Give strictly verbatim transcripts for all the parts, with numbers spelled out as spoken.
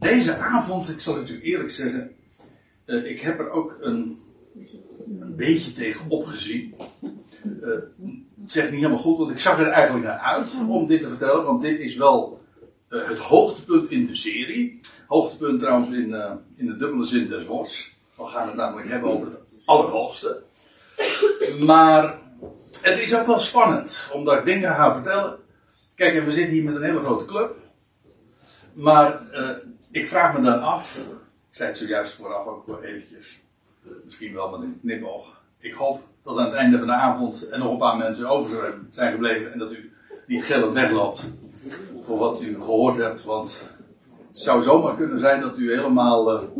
deze avond, ik zal het u eerlijk zeggen, uh, ik heb er ook een, een beetje tegen opgezien. Uh, het zegt niet helemaal goed, want ik zag er eigenlijk naar uit om dit te vertellen, want dit is wel uh, het hoogtepunt in de serie. Hoogtepunt trouwens in, uh, in de dubbele zin des woords. We gaan het namelijk hebben over het allerhoogste. Maar het is ook wel spannend, omdat ik dingen ga vertellen. Kijk, en we zitten hier met een hele grote club. Maar uh, ik vraag me dan af, ik zei het zojuist vooraf ook wel eventjes, misschien wel met een knipoog. Ik hoop dat aan het einde van de avond er nog een paar mensen over zijn gebleven en dat u niet gillend wegloopt voor wat u gehoord hebt. Want het zou zomaar kunnen zijn dat u helemaal, uh,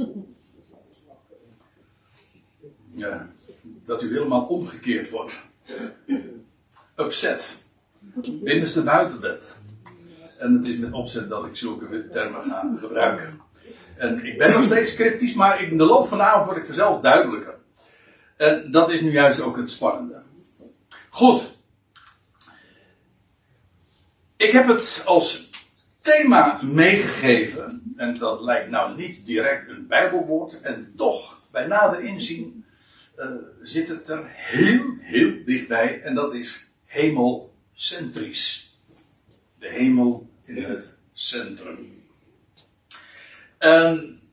ja, dat u helemaal omgekeerd wordt. Upset. Binnenste buiten bent. En het is met opzet dat ik zulke termen ga gebruiken. En ik ben nog steeds cryptisch, maar in de loop van de avond word ik vanzelf duidelijker. En dat is nu juist ook het spannende. Goed. Ik heb het als thema meegegeven. En dat lijkt nou niet direct een Bijbelwoord. En toch, bij nader inzien, uh, zit het er heel, heel dichtbij. En dat is hemelcentrisch. De hemel in het centrum. Um,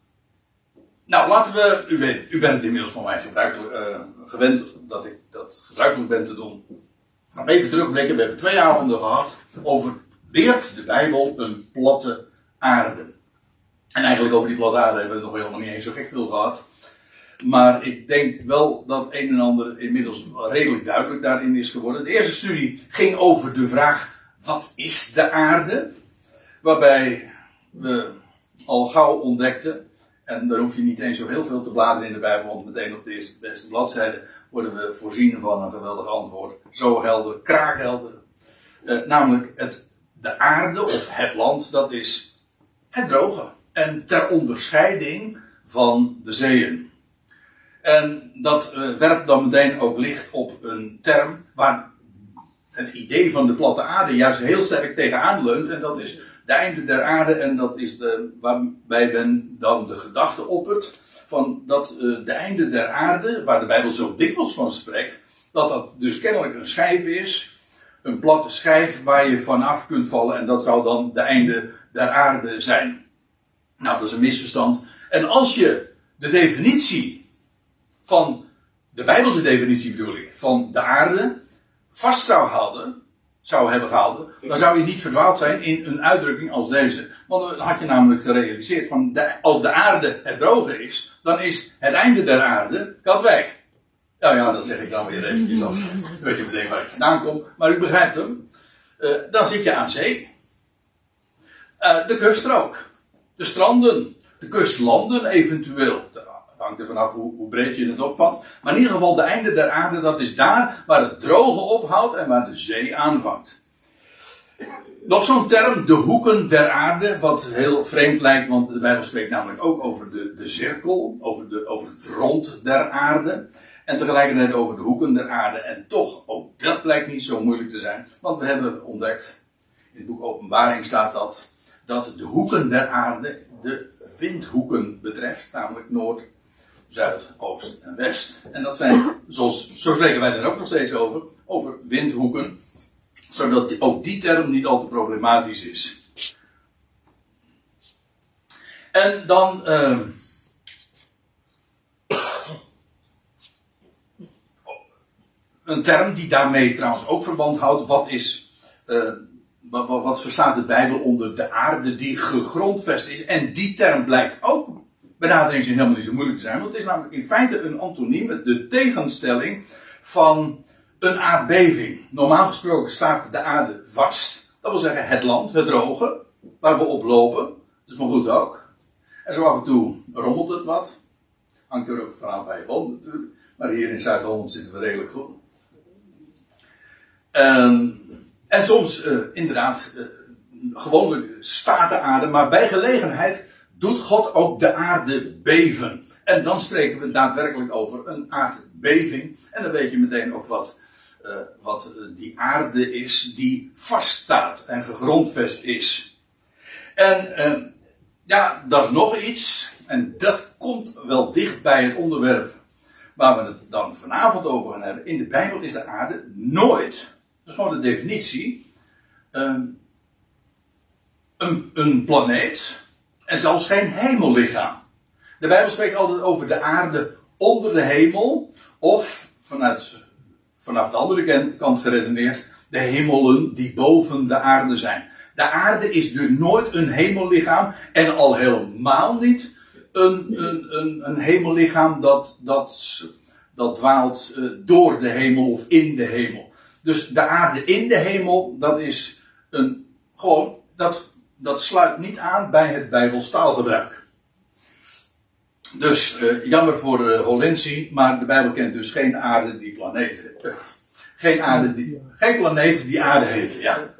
nou, laten we, u weet, u bent het inmiddels van mij gebruikelijk, uh, gewend dat ik dat gebruikelijk ben te doen. Maar even terugblikken, we hebben twee avonden gehad over, leert de Bijbel een platte aarde? En eigenlijk over die platte aarde hebben we het nog helemaal niet eens zo gek veel gehad. Maar ik denk wel dat een en ander inmiddels redelijk duidelijk daarin is geworden. De eerste studie ging over de vraag, wat is de aarde? Waarbij we al gauw ontdekten, en daar hoef je niet eens zo heel veel te bladeren in de Bijbel, want meteen op de eerste beste bladzijde worden we voorzien van een geweldig antwoord. Zo helder, kraakhelder. Uh, namelijk het, de aarde of het land, dat is het droge. En ter onderscheiding van de zeeën. En dat uh, werpt dan meteen ook licht op een term waar het idee van de platte aarde juist heel sterk tegenaan leunt. En dat is de einde der aarde. En dat is de, waarbij men dan de gedachte oppert van dat uh, de einde der aarde, waar de Bijbel zo dikwijls van spreekt, dat dat dus kennelijk een schijf is. Een platte schijf waar je vanaf kunt vallen. En dat zou dan de einde der aarde zijn. Nou, dat is een misverstand. En als je de definitie van, de Bijbelse definitie bedoel ik, van de aarde vast zou houden, zou hebben gehouden, dan zou je niet verdwaald zijn in een uitdrukking als deze. Want dan had je namelijk gerealiseerd van, de, als de aarde het droge is, dan is het einde der aarde Katwijk. Nou ja, dat zeg ik dan weer eventjes als, weet je meteen waar ik vandaan kom, maar u begrijpt hem. Uh, dan zit je aan zee. Uh, de kuststrook. De stranden. De kustlanden eventueel. Het hangt er vanaf hoe, hoe breed je het opvat. Maar in ieder geval de einde der aarde, dat is daar waar het droge ophoudt en waar de zee aanvangt. Nog zo'n term, de hoeken der aarde, wat heel vreemd lijkt, want de Bijbel spreekt namelijk ook over de, de cirkel, over, de, over het rond der aarde. En tegelijkertijd over de hoeken der aarde. En toch, ook dat blijkt niet zo moeilijk te zijn. Want we hebben ontdekt, in het boek Openbaring staat dat, dat de hoeken der aarde de windhoeken betreft, namelijk Noord, Zuid, Oost en West. En dat zijn, zoals, zo spreken wij er ook nog steeds over, over windhoeken, zodat die, ook die term niet al te problematisch is. En dan, uh, een term die daarmee trouwens ook verband houdt, wat is, uh, wat, wat, wat verstaat de Bijbel onder de aarde die gegrondvest is? En die term blijkt ook bij nader inzien helemaal niet zo moeilijk te zijn, want het is namelijk in feite een antoniem, de tegenstelling van een aardbeving. Normaal gesproken staat de aarde vast. Dat wil zeggen het land, het droge, waar we op lopen. Dat is maar goed ook. En zo af en toe rommelt het wat. Hangt er ook vanaf bij je woont natuurlijk. Maar hier in Zuid-Holland zitten we redelijk goed. Um, en soms uh, inderdaad, uh, gewoonlijk staat de aarde, maar bij gelegenheid doet God ook de aarde beven. En dan spreken we daadwerkelijk over een aardbeving. En dan weet je meteen ook wat, uh, wat uh, die aarde is die vaststaat en gegrondvest is. En uh, ja, dat is nog iets. En dat komt wel dicht bij het onderwerp waar we het dan vanavond over gaan hebben. In de Bijbel is de aarde nooit, dat is gewoon de definitie, um, een, een planeet en zelfs geen hemellichaam. De Bijbel spreekt altijd over de aarde onder de hemel, of vanuit, vanaf de andere kant geredeneerd, de hemelen die boven de aarde zijn. De aarde is dus nooit een hemellichaam en al helemaal niet een, een, een, een hemellichaam dat, dat, dat dwaalt uh, door de hemel of in de hemel. Dus de aarde in de hemel, dat is een, gewoon, dat, dat sluit niet aan bij het Bijbels taalgebruik. Dus uh, jammer voor uh, Hollensie, maar de Bijbel kent dus geen aarde die planeet heet. Uh, geen, aarde die, geen planeet die aarde heet, ja.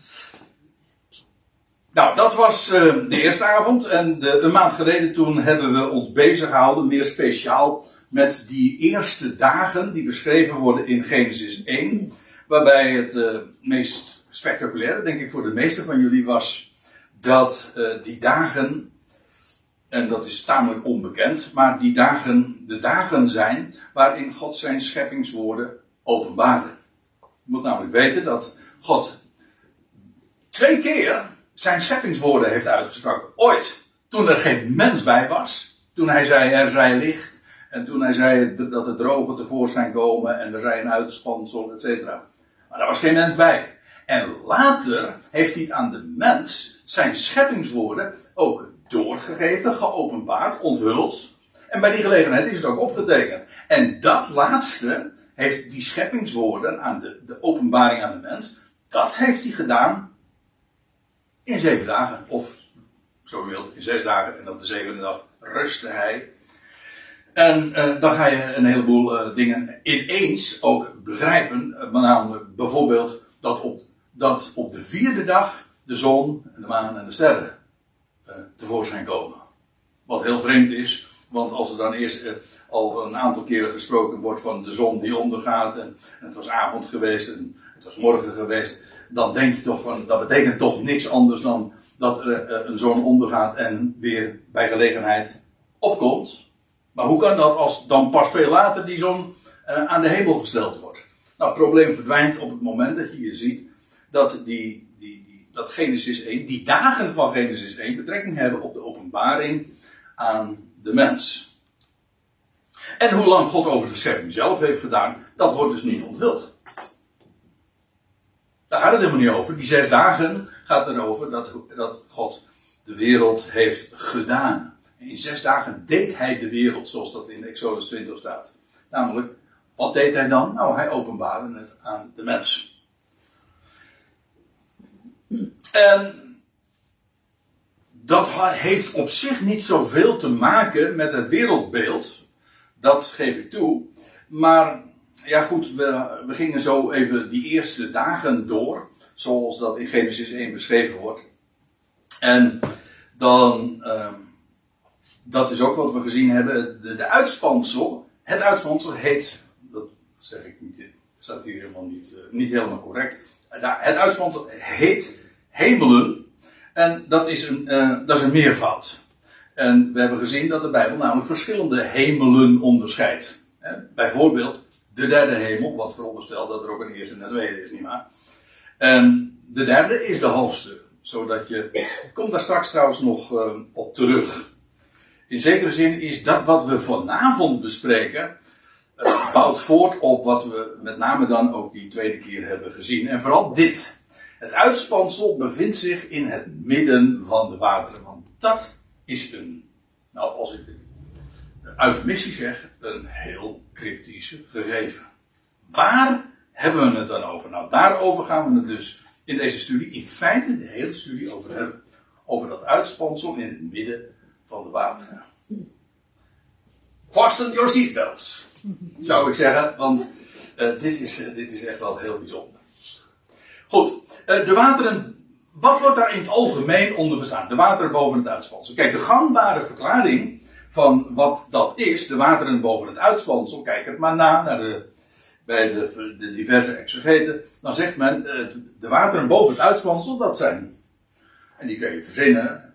Nou, dat was uh, de eerste avond. En de, een maand geleden toen hebben we ons bezig gehouden, meer speciaal, met die eerste dagen die beschreven worden in Genesis één. Waarbij het uh, meest spectaculaire, denk ik voor de meesten van jullie, was dat uh, die dagen, en dat is tamelijk onbekend, maar die dagen de dagen zijn waarin God zijn scheppingswoorden openbaarde. Je moet namelijk weten dat God twee keer zijn scheppingswoorden heeft uitgesproken. Ooit, toen er geen mens bij was. Toen hij zei, er zij licht. En toen hij zei dat de drogen tevoorschijn komen. En er zij een uitspansel, et cetera. Maar daar was geen mens bij. En later heeft hij aan de mens zijn scheppingswoorden ook doorgegeven, geopenbaard, onthuld. En bij die gelegenheid is het ook opgetekend. En dat laatste heeft die scheppingswoorden aan de, de openbaring aan de mens. Dat heeft hij gedaan in zeven dagen, of zo u wilt, in zes dagen. En op de zevende dag rustte hij. En uh, dan ga je een heleboel uh, dingen ineens ook begrijpen. Uh, namelijk bijvoorbeeld dat op, dat op de vierde dag de zon, en de maan en de sterren uh, tevoorschijn komen. Wat heel vreemd is, want als er dan eerst uh, al een aantal keren gesproken wordt van de zon die ondergaat. En, en het was avond geweest en het was morgen geweest. Dan denk je toch van, dat betekent toch niks anders dan dat er uh, een zon ondergaat en weer bij gelegenheid opkomt. Maar hoe kan dat als dan pas veel later die zon uh, aan de hemel gesteld wordt? Nou, het probleem verdwijnt op het moment dat je hier ziet dat, die, die, die, dat Genesis één, die dagen van Genesis één, betrekking hebben op de openbaring aan de mens. En hoe lang God over de schepping zelf heeft gedaan, dat wordt dus niet onthuld. Daar gaat het helemaal niet over. Die zes dagen gaat erover dat, dat God de wereld heeft gedaan. En in zes dagen deed hij de wereld, zoals dat in Exodus twintig staat. Namelijk, wat deed hij dan? Nou, hij openbaarde het aan de mens. En dat heeft op zich niet zoveel te maken met het wereldbeeld. Dat geef ik toe. Maar ja goed, we, we gingen zo even die eerste dagen door. Zoals dat in Genesis één beschreven wordt. En dan, uh, dat is ook wat we gezien hebben. De, de uitspansel, het uitspansel heet, dat zeg ik niet, staat hier helemaal niet, uh, niet helemaal correct. Het uitspansel heet hemelen. En dat is een, uh, dat is een meervoud. En we hebben gezien dat de Bijbel namelijk verschillende hemelen onderscheidt. Hè? Bijvoorbeeld de derde hemel, wat veronderstelt dat er ook een eerste en een tweede is, nietwaar? En de derde is de hoogste, zodat je, ik kom daar straks trouwens nog uh, op terug. In zekere zin is dat wat we vanavond bespreken, uh, bouwt voort op wat we met name dan ook die tweede keer hebben gezien. En vooral dit. Het uitspansel bevindt zich in het midden van de wateren. Want dat is een, nou als ik het eufemistisch zeg, een heel cryptisch gegeven. Waar hebben we het dan over? Nou, daarover gaan we het dus in deze studie, in feite de hele studie over hebben. Over dat uitspansel in het midden van de wateren. Fasten your seatbelts, zou ik zeggen, want uh, dit, is, uh, dit is echt wel heel bijzonder. Goed, uh, de wateren, wat wordt daar in het algemeen onder verstaan? De wateren boven het uitspansel. Kijk, de gangbare verklaring van wat dat is, de wateren boven het uitspansel, kijk het maar na, naar de, bij de, de diverse exegeten, dan zegt men, uh, de wateren boven het uitspansel, dat zijn, en die kun je verzinnen,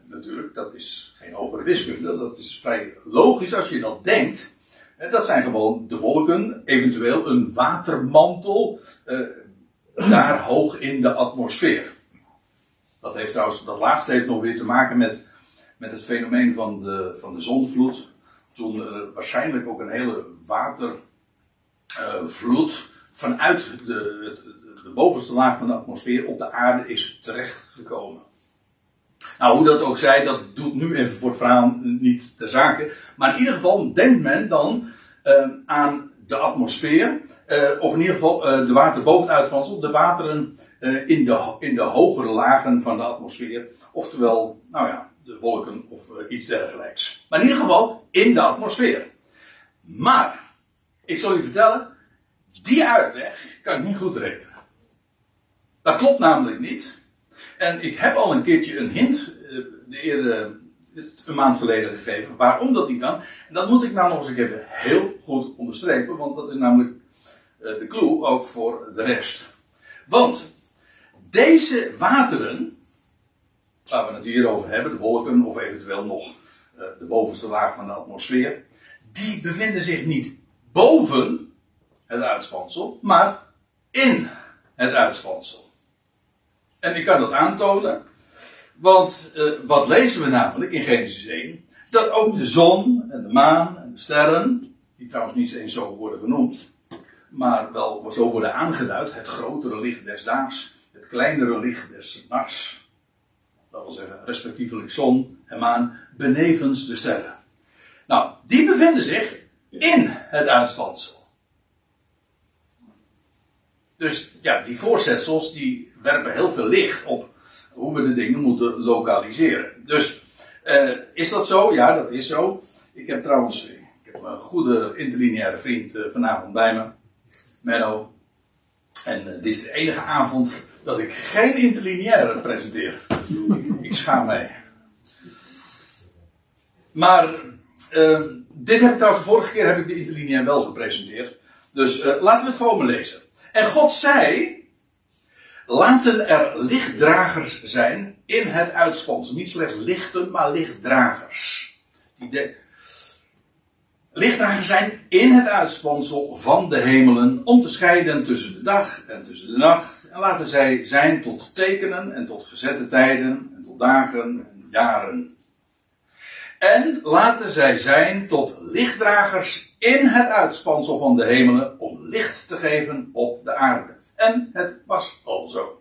natuurlijk, dat is geen hogere wiskunde, dat is vrij logisch als je dat denkt. Dat zijn gewoon de wolken, eventueel een watermantel, uh, daar hoog in de atmosfeer. Dat heeft trouwens, dat laatste heeft nog weer te maken met, met het fenomeen van de, van de zondvloed. Toen er waarschijnlijk ook een hele watervloed uh, vanuit de, het, de bovenste laag van de atmosfeer op de aarde is terechtgekomen. Nou, hoe dat ook zij, dat doet nu even voor het verhaal niet ter zake. Maar in ieder geval denkt men dan uh, aan de atmosfeer. Uh, of in ieder geval uh, de water boven het uitvansel. De wateren uh, in, de, in de hogere lagen van de atmosfeer. Oftewel, nou ja, de wolken of uh, iets dergelijks. Maar in ieder geval in de atmosfeer. Maar, ik zal u vertellen, die uitleg kan ik niet goed rekenen. Dat klopt namelijk niet. En ik heb al een keertje een hint, uh, de eerder, uh, een maand geleden gegeven, waarom dat niet kan. En dat moet ik nou nog eens even heel goed onderstrepen, want dat is namelijk uh, de clue ook voor de rest. Want deze wateren, waar we het hier over hebben, de wolken of eventueel nog uh, de bovenste laag van de atmosfeer, die bevinden zich niet boven het uitspansel, maar in het uitspansel. En ik kan dat aantonen, want uh, wat lezen we namelijk in Genesis één? Dat ook de zon en de maan en de sterren, die trouwens niet eens zo worden genoemd, maar wel zo worden aangeduid, het grotere licht des daags, het kleinere licht des nachts, dat wil zeggen respectievelijk zon en maan, benevens de sterren. Nou, die bevinden zich in het uitspansel. Dus ja, die voorzetsels die werpen heel veel licht op hoe we de dingen moeten lokaliseren. Dus, uh, is dat zo? Ja, dat is zo. Ik heb trouwens, ik heb een goede interlineaire vriend uh, vanavond bij me, Menno. En uh, dit is de enige avond dat ik geen interlineaire presenteer. ik, ik schaam mij. Maar, uh, dit heb ik trouwens, de vorige keer heb ik de interlineair wel gepresenteerd. Dus uh, laten we het gewoon maar lezen. En God zei, laten er lichtdragers zijn in het uitspansel. Niet slechts lichten, maar lichtdragers. Die de... Lichtdragers zijn in het uitspansel van de hemelen, om te scheiden tussen de dag en tussen de nacht. En laten zij zijn tot tekenen en tot gezette tijden en tot dagen en jaren. En laten zij zijn tot lichtdragers in het uitspansel van de hemelen, om licht te geven op de aarde. En het was al zo.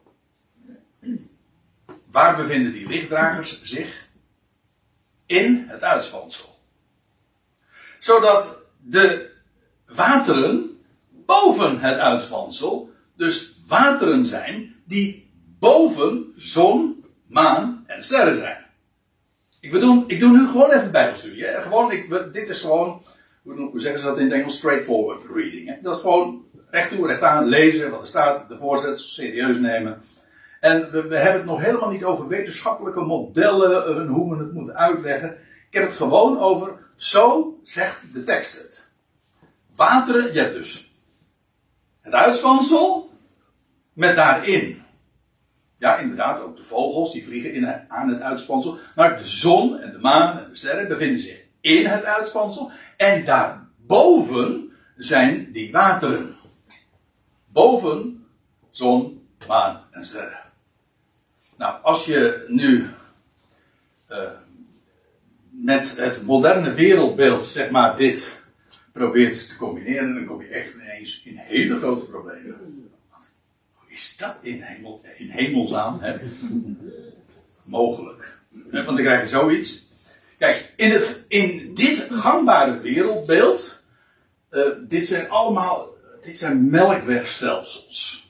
Waar bevinden die lichtdragers zich? In het uitspansel. Zodat de wateren boven het uitspansel, dus wateren zijn die boven zon, maan en sterren zijn. Ik, bedoel, ik doe nu gewoon even bijbelstudie. Hè? Gewoon, ik, dit is gewoon, hoe zeggen ze dat in het Engels? Straightforward reading. Hè? Dat is gewoon recht toe, recht aan, lezen wat er staat, de voorzetsels serieus nemen. En we, we hebben het nog helemaal niet over wetenschappelijke modellen en hoe we het moeten uitleggen. Ik heb het gewoon over, zo zegt de tekst het. Wateren, je hebt dus het uitspansel met daarin. Ja, inderdaad, ook de vogels die vliegen in, aan het uitspansel. Maar de zon en de maan en de sterren bevinden zich in het uitspansel. En daarboven zijn die wateren. Boven zon, maan en sterren. Nou, als je nu uh, met het moderne wereldbeeld, zeg maar, dit probeert te combineren, dan kom je echt ineens in hele grote problemen. Wat is dat in, hemel, in hemelsnaam? Hè? Mogelijk. Want dan krijg je zoiets. Kijk, in, het, in dit gangbare wereldbeeld, uh, dit zijn allemaal, dit zijn melkwegstelsels.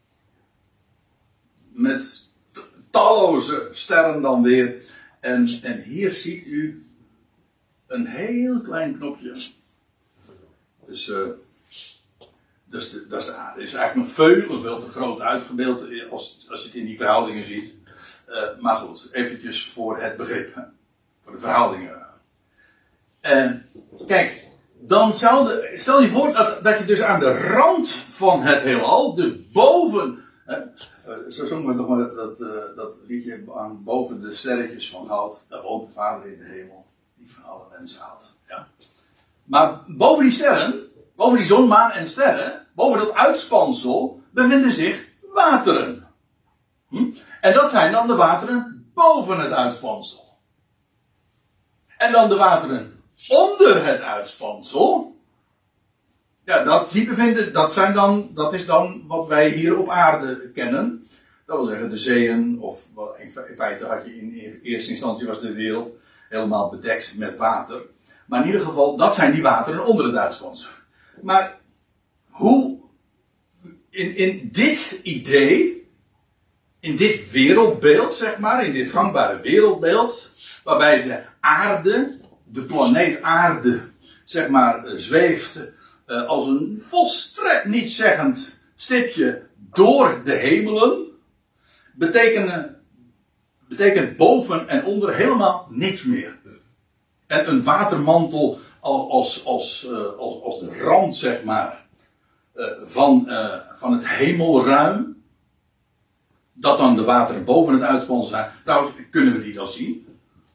Met talloze sterren dan weer. En, en hier ziet u een heel klein knopje. Dus, uh, dat is de, dat is de aarde. Het is eigenlijk nog veel, veel te groot uitgebeeld als, als je het in die verhoudingen ziet. Uh, maar goed, eventjes voor het begrip. Hè? Voor de verhoudingen. Uh, kijk, dan zou de, stel je voor dat, dat je dus aan de rand van het heelal, dus boven Uh, zo zongen we toch maar dat, uh, dat liedje aan boven de sterretjes van goud. Daar woont de Vader in de hemel, die van alle mensen houdt. Ja. Maar boven die sterren, boven die zon, maan en sterren, boven dat uitspansel, bevinden zich wateren. Hm? En dat zijn dan de wateren boven het uitspansel. En dan de wateren onder het uitspansel. Ja, dat, die bevinden, dat, zijn dan, dat is dan wat wij hier op aarde kennen. Dat wil zeggen de zeeën, of in feite had je in eerste instantie was de wereld helemaal bedekt met water. Maar in ieder geval, dat zijn die wateren onder het uitspansel. Maar hoe, in, in dit idee, in dit wereldbeeld, zeg maar, in dit gangbare wereldbeeld, waarbij de aarde, de planeet aarde, zeg maar, zweeft uh, als een volstrekt nietszeggend stipje door de hemelen, betekent, betekent boven en onder helemaal niks meer. En een watermantel als, als, uh, als, als de rand, zeg maar, uh, van, uh, van het hemelruim. Dat dan de wateren boven het uitspansel zijn. Trouwens, kunnen we die dan zien?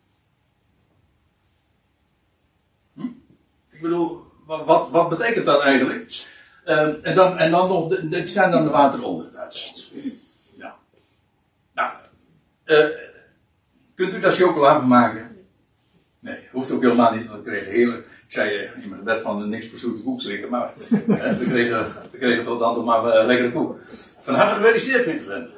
Hm? Ik bedoel, wat, wat betekent dat eigenlijk? Uh, en, dan, en dan nog, de, dit zijn dan de wateren onder het uitspansel. Ja. Nou, uh, kunt u daar chocola van maken? Nee, hoeft ook helemaal niet, want we kregen heerlijk. Ik zei in mijn gebed van niks voor zoete koek slikken, maar hè, we, kregen, we kregen tot dan toch maar uh, lekkere koek. Van harte gefeliciteerd, Vincent.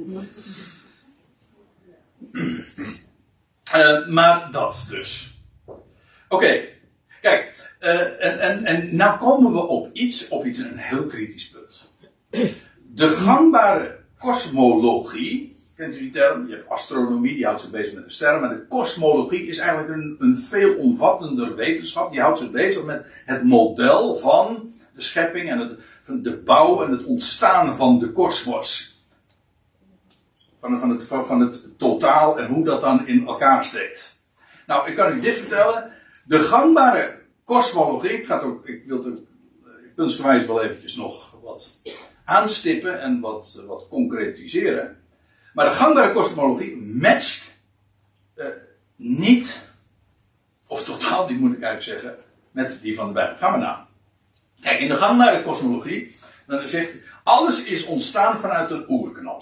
Uh, maar dat dus. Oké, okay. Kijk, uh, en, en, en nou komen we op iets, op iets, een heel kritisch punt. De gangbare kosmologie. Kent u die term? Je hebt astronomie, die houdt zich bezig met de sterren. Maar de kosmologie is eigenlijk een, een veelomvattender wetenschap. Die houdt zich bezig met het model van de schepping en het, van de bouw en het ontstaan van de kosmos. Van, van, het, van, van het totaal en hoe dat dan in elkaar steekt. Nou, ik kan u dit vertellen. De gangbare kosmologie, ik, ga het ook, ik wil het puntsgewijs wel eventjes nog wat aanstippen en wat, wat concretiseren. Maar de gangbare kosmologie matcht uh, niet, of totaal niet moet ik eigenlijk zeggen, met die van de Bijbel. Gaan we na. Kijk, in de gangbare kosmologie, dan zegt alles is ontstaan vanuit een oerknal.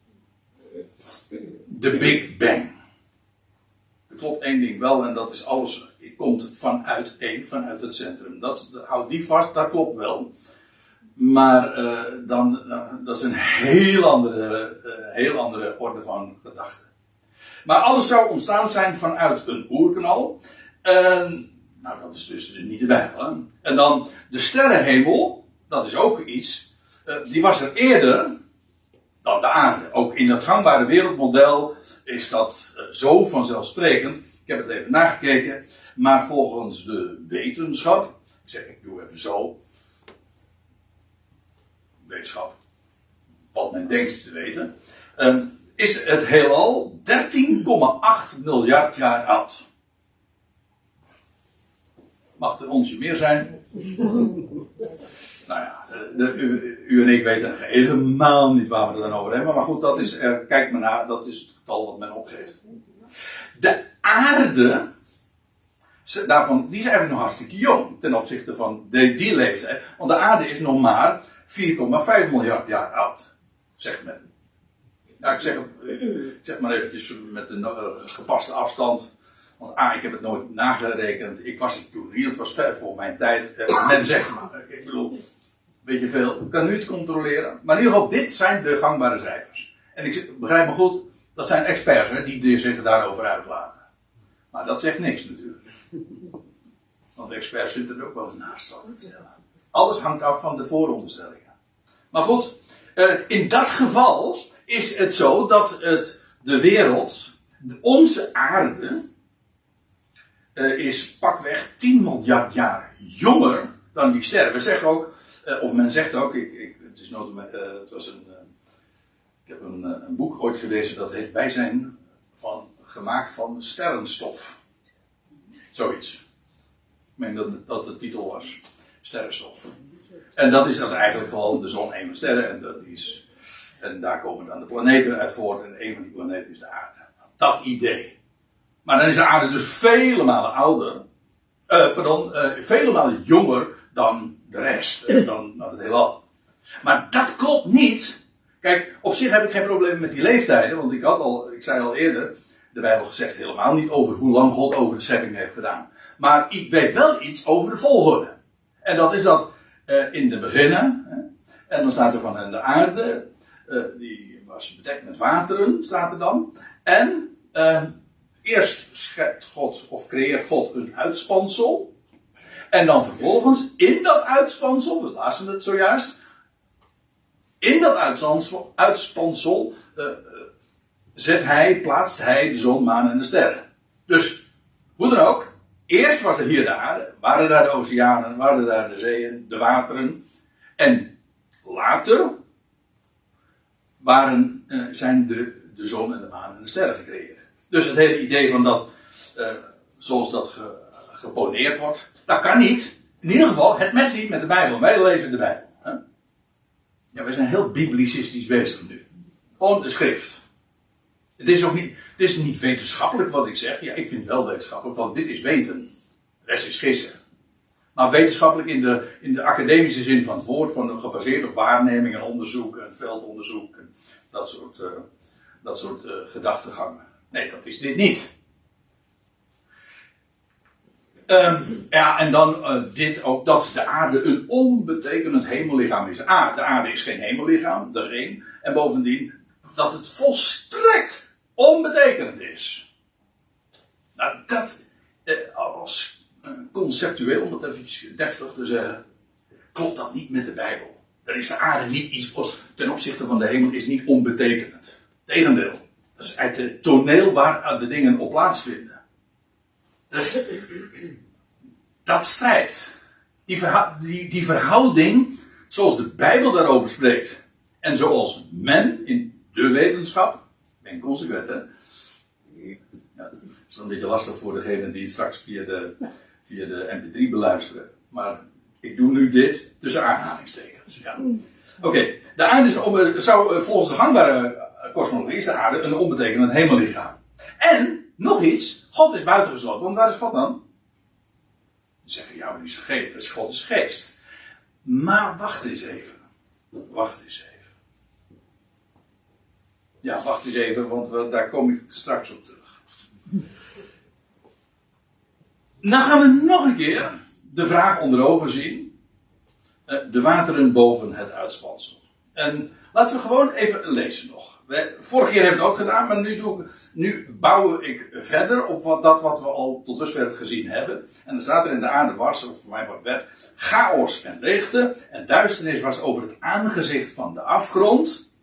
De Big Bang. Er klopt één ding wel en dat is alles komt vanuit één, vanuit het centrum. Dat, dat houdt die vast, dat klopt wel. Maar uh, dan, uh, dat is een heel andere, uh, heel andere orde van gedachten. Maar alles zou ontstaan zijn vanuit een oerknal. Uh, nou, dat is dus niet de Bijbel. Hè? En dan de sterrenhemel, dat is ook iets. Uh, die was er eerder dan de aarde. Ook in het gangbare wereldmodel is dat uh, zo vanzelfsprekend. Ik heb het even nagekeken. Maar volgens de wetenschap, ik zeg, ik doe even zo. Wetenschap, wat men denkt te weten, um, is het heelal dertien komma acht miljard jaar oud. Mag er onsje meer zijn? Nou ja, de, u, u en ik weten helemaal niet waar we het dan over hebben. Maar goed, dat is, uh, kijk maar naar, dat is het getal wat men opgeeft. De aarde, daarvan, die is eigenlijk nog hartstikke jong ten opzichte van de, die leeftijd. Want de aarde is nog maar vier komma vijf miljard jaar oud, zegt men. Ja, ik zeg, ik zeg maar eventjes met een uh, gepaste afstand. Want A, ik heb het nooit nagerekend. Ik was het toen niet, het was ver voor mijn tijd. Uh, men zegt maar, ik bedoel, een beetje veel. Ik kan nu het controleren. Maar in ieder geval, dit zijn de gangbare cijfers. En ik begrijp me goed, dat zijn experts hè, die zich daarover uitlaten. Maar dat zegt niks natuurlijk. Want de experts zitten er ook wel eens naast, zal ik vertellen. Alles hangt af van de vooronderstellingen. Maar goed, uh, in dat geval is het zo dat het, de wereld, onze aarde, uh, is pakweg tien miljard jaar jonger dan die sterren. We zeggen ook, uh, of men zegt ook, ik, ik, het, is nood, uh, het was een, uh, ik heb een, uh, een boek ooit gelezen dat heet Wij zijn van, gemaakt van sterrenstof. Zoiets. Ik meen dat dat de titel was. Sterrenstof. En dat is dan eigenlijk vooral de zon, hemel, sterren. En dat is, En daar komen dan de planeten uit voort. En een van die planeten is de aarde. Dat idee. Maar dan is de aarde dus vele malen ouder. Uh, pardon, uh, vele malen jonger dan de rest. Uh, dan, dan het heelal. Maar dat klopt niet. Kijk, op zich heb ik geen probleem met die leeftijden. Want ik had al, ik zei al eerder, de Bijbel gezegd helemaal niet over hoe lang God over de schepping heeft gedaan. Maar ik weet wel iets over de volgorde. En dat is dat uh, in de beginnen. Hè, en dan staat er van en de aarde. Uh, die was bedekt met wateren, staat er dan. En uh, eerst schept God of creëert God een uitspansel. En dan vervolgens in dat uitspansel, we lazen het zojuist. In dat uitspansel, uitspansel uh, zet hij, plaatst hij de zon, maan en de sterren. Dus, hoe dan ook. Eerst was er hier de aarde, waren daar de oceanen, waren daar de zeeën, de wateren. En later waren, uh, zijn de, de zon en de maan en de sterren gecreëerd. Dus het hele idee van dat, uh, zoals dat ge, geponeerd wordt, dat kan niet. In ieder geval, het matcht niet met de Bijbel. Wij lezen de Bijbel. Hè? Ja, we zijn heel biblicistisch bezig nu. Gewoon de schrift. Het is ook niet, het is niet wetenschappelijk wat ik zeg. Ja, ik vind het wel wetenschappelijk, want dit is weten. De rest is gissen. Maar wetenschappelijk in de, in de academische zin van het woord, van gebaseerd op waarneming en onderzoek en veldonderzoek en dat soort, uh, dat soort uh, gedachtegangen. Nee, dat is dit niet. Um, ja, en dan uh, dit ook, dat de aarde een onbetekenend hemellichaam is. Ah, de aarde is geen hemellichaam, dat is één. En bovendien, dat het volstrekt onbetekenend is. Nou, dat, uh, als uh, conceptueel, om het even deftig te zeggen, klopt dat niet met de Bijbel. Dan is de aarde niet iets, ten opzichte van de hemel, is niet onbetekenend. Tegendeel. Dat is uit het toneel waar de dingen op plaatsvinden. Dus, dat strijd. Die, verha- die, die verhouding, zoals de Bijbel daarover spreekt. En zoals men in de wetenschap. Ik ben consequent, hè? Ja, het is een beetje lastig voor degenen die het straks via de, via de M P drie beluisteren. Maar ik doe nu dit tussen aanhalingstekens. Ja. Oké, okay. De aarde is onbe- zou volgens de gangbare kosmologie is de aarde een onbetekenend hemellichaam. En, nog iets, God is buitengesloten. Want waar is God dan? Dan zeggen, ja, maar die is geest, dus God is geest. Maar wacht eens even. Wacht eens even. Ja, wacht eens even, want we, daar kom ik straks op terug. Dan gaan we nog een keer de vraag onder ogen zien. De wateren boven het uitspansel. En laten we gewoon even lezen nog. Vorige keer hebben we het ook gedaan, maar nu, doe ik, nu bouw ik verder op wat, dat wat we al tot dusver gezien hebben. En dan staat er in de aarde was, of voor mij wat werd, chaos en leegte. En duisternis was over het aangezicht van de afgrond.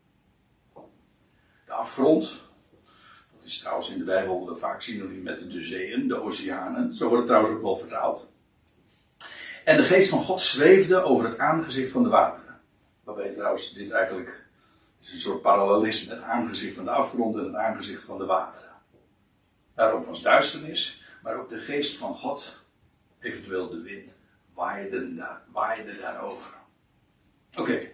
De afgrond, dat is trouwens in de Bijbel vaak synoniem met de zeeën, de oceanen. Zo wordt het trouwens ook wel vertaald. En de geest van God zweefde over het aangezicht van de wateren. Waarbij trouwens dit eigenlijk is een soort parallelisme, het aangezicht van de afgrond en het aangezicht van de wateren. Daarop was duisternis, maar ook de geest van God, eventueel de wind, waaide, daar, waaide daarover. Oké. Okay.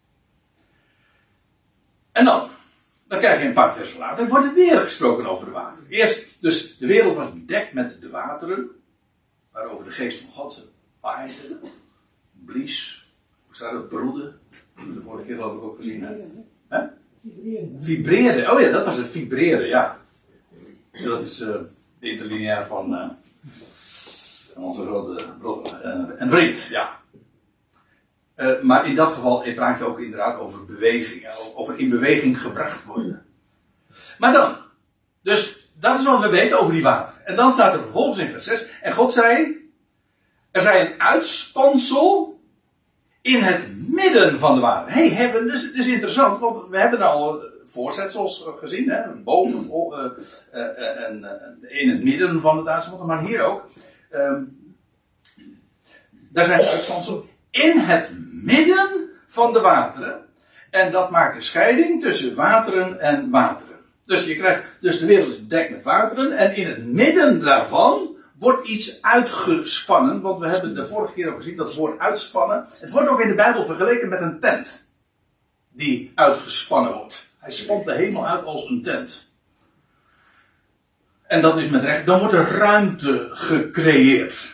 En dan, dan krijg je een paar versen later, dan wordt er weer gesproken over de wateren. Eerst, dus de wereld was bedekt met de wateren, waarover de geest van God waaide, blies, hoe staat het, broedde. De vorige keer geloof ik ook gezien heb. Huh? Vibreren. Vibreren. Oh ja, dat was het vibreren, ja. Dat is uh, de interlineair van uh, onze grote broer uh, en vriend, ja. Uh, maar in dat geval praat je ook inderdaad over beweging. Over in beweging gebracht worden. Maar dan. Dus dat is wat we weten over die water. En dan staat er vervolgens in vers zes. En God zei. Er zei een uitspansel. In het midden van de water. Hé, hey, dat is, is interessant, want we hebben al voorzetsels gezien, hè, boven, uh, uh, uh, en uh, in het midden van het uitspansel, maar hier ook. Um, daar zijn uitspansels in het midden van de wateren. En dat maakt een scheiding tussen wateren en wateren. Dus je krijgt, dus de wereld is bedekt met wateren, en in het midden daarvan wordt iets uitgespannen, want we hebben de vorige keer al gezien dat het woord uitspannen, het wordt ook in de Bijbel vergeleken met een tent. die uitgespannen wordt. Hij spant de hemel uit als een tent. En dat is met recht. Dan wordt er ruimte gecreëerd.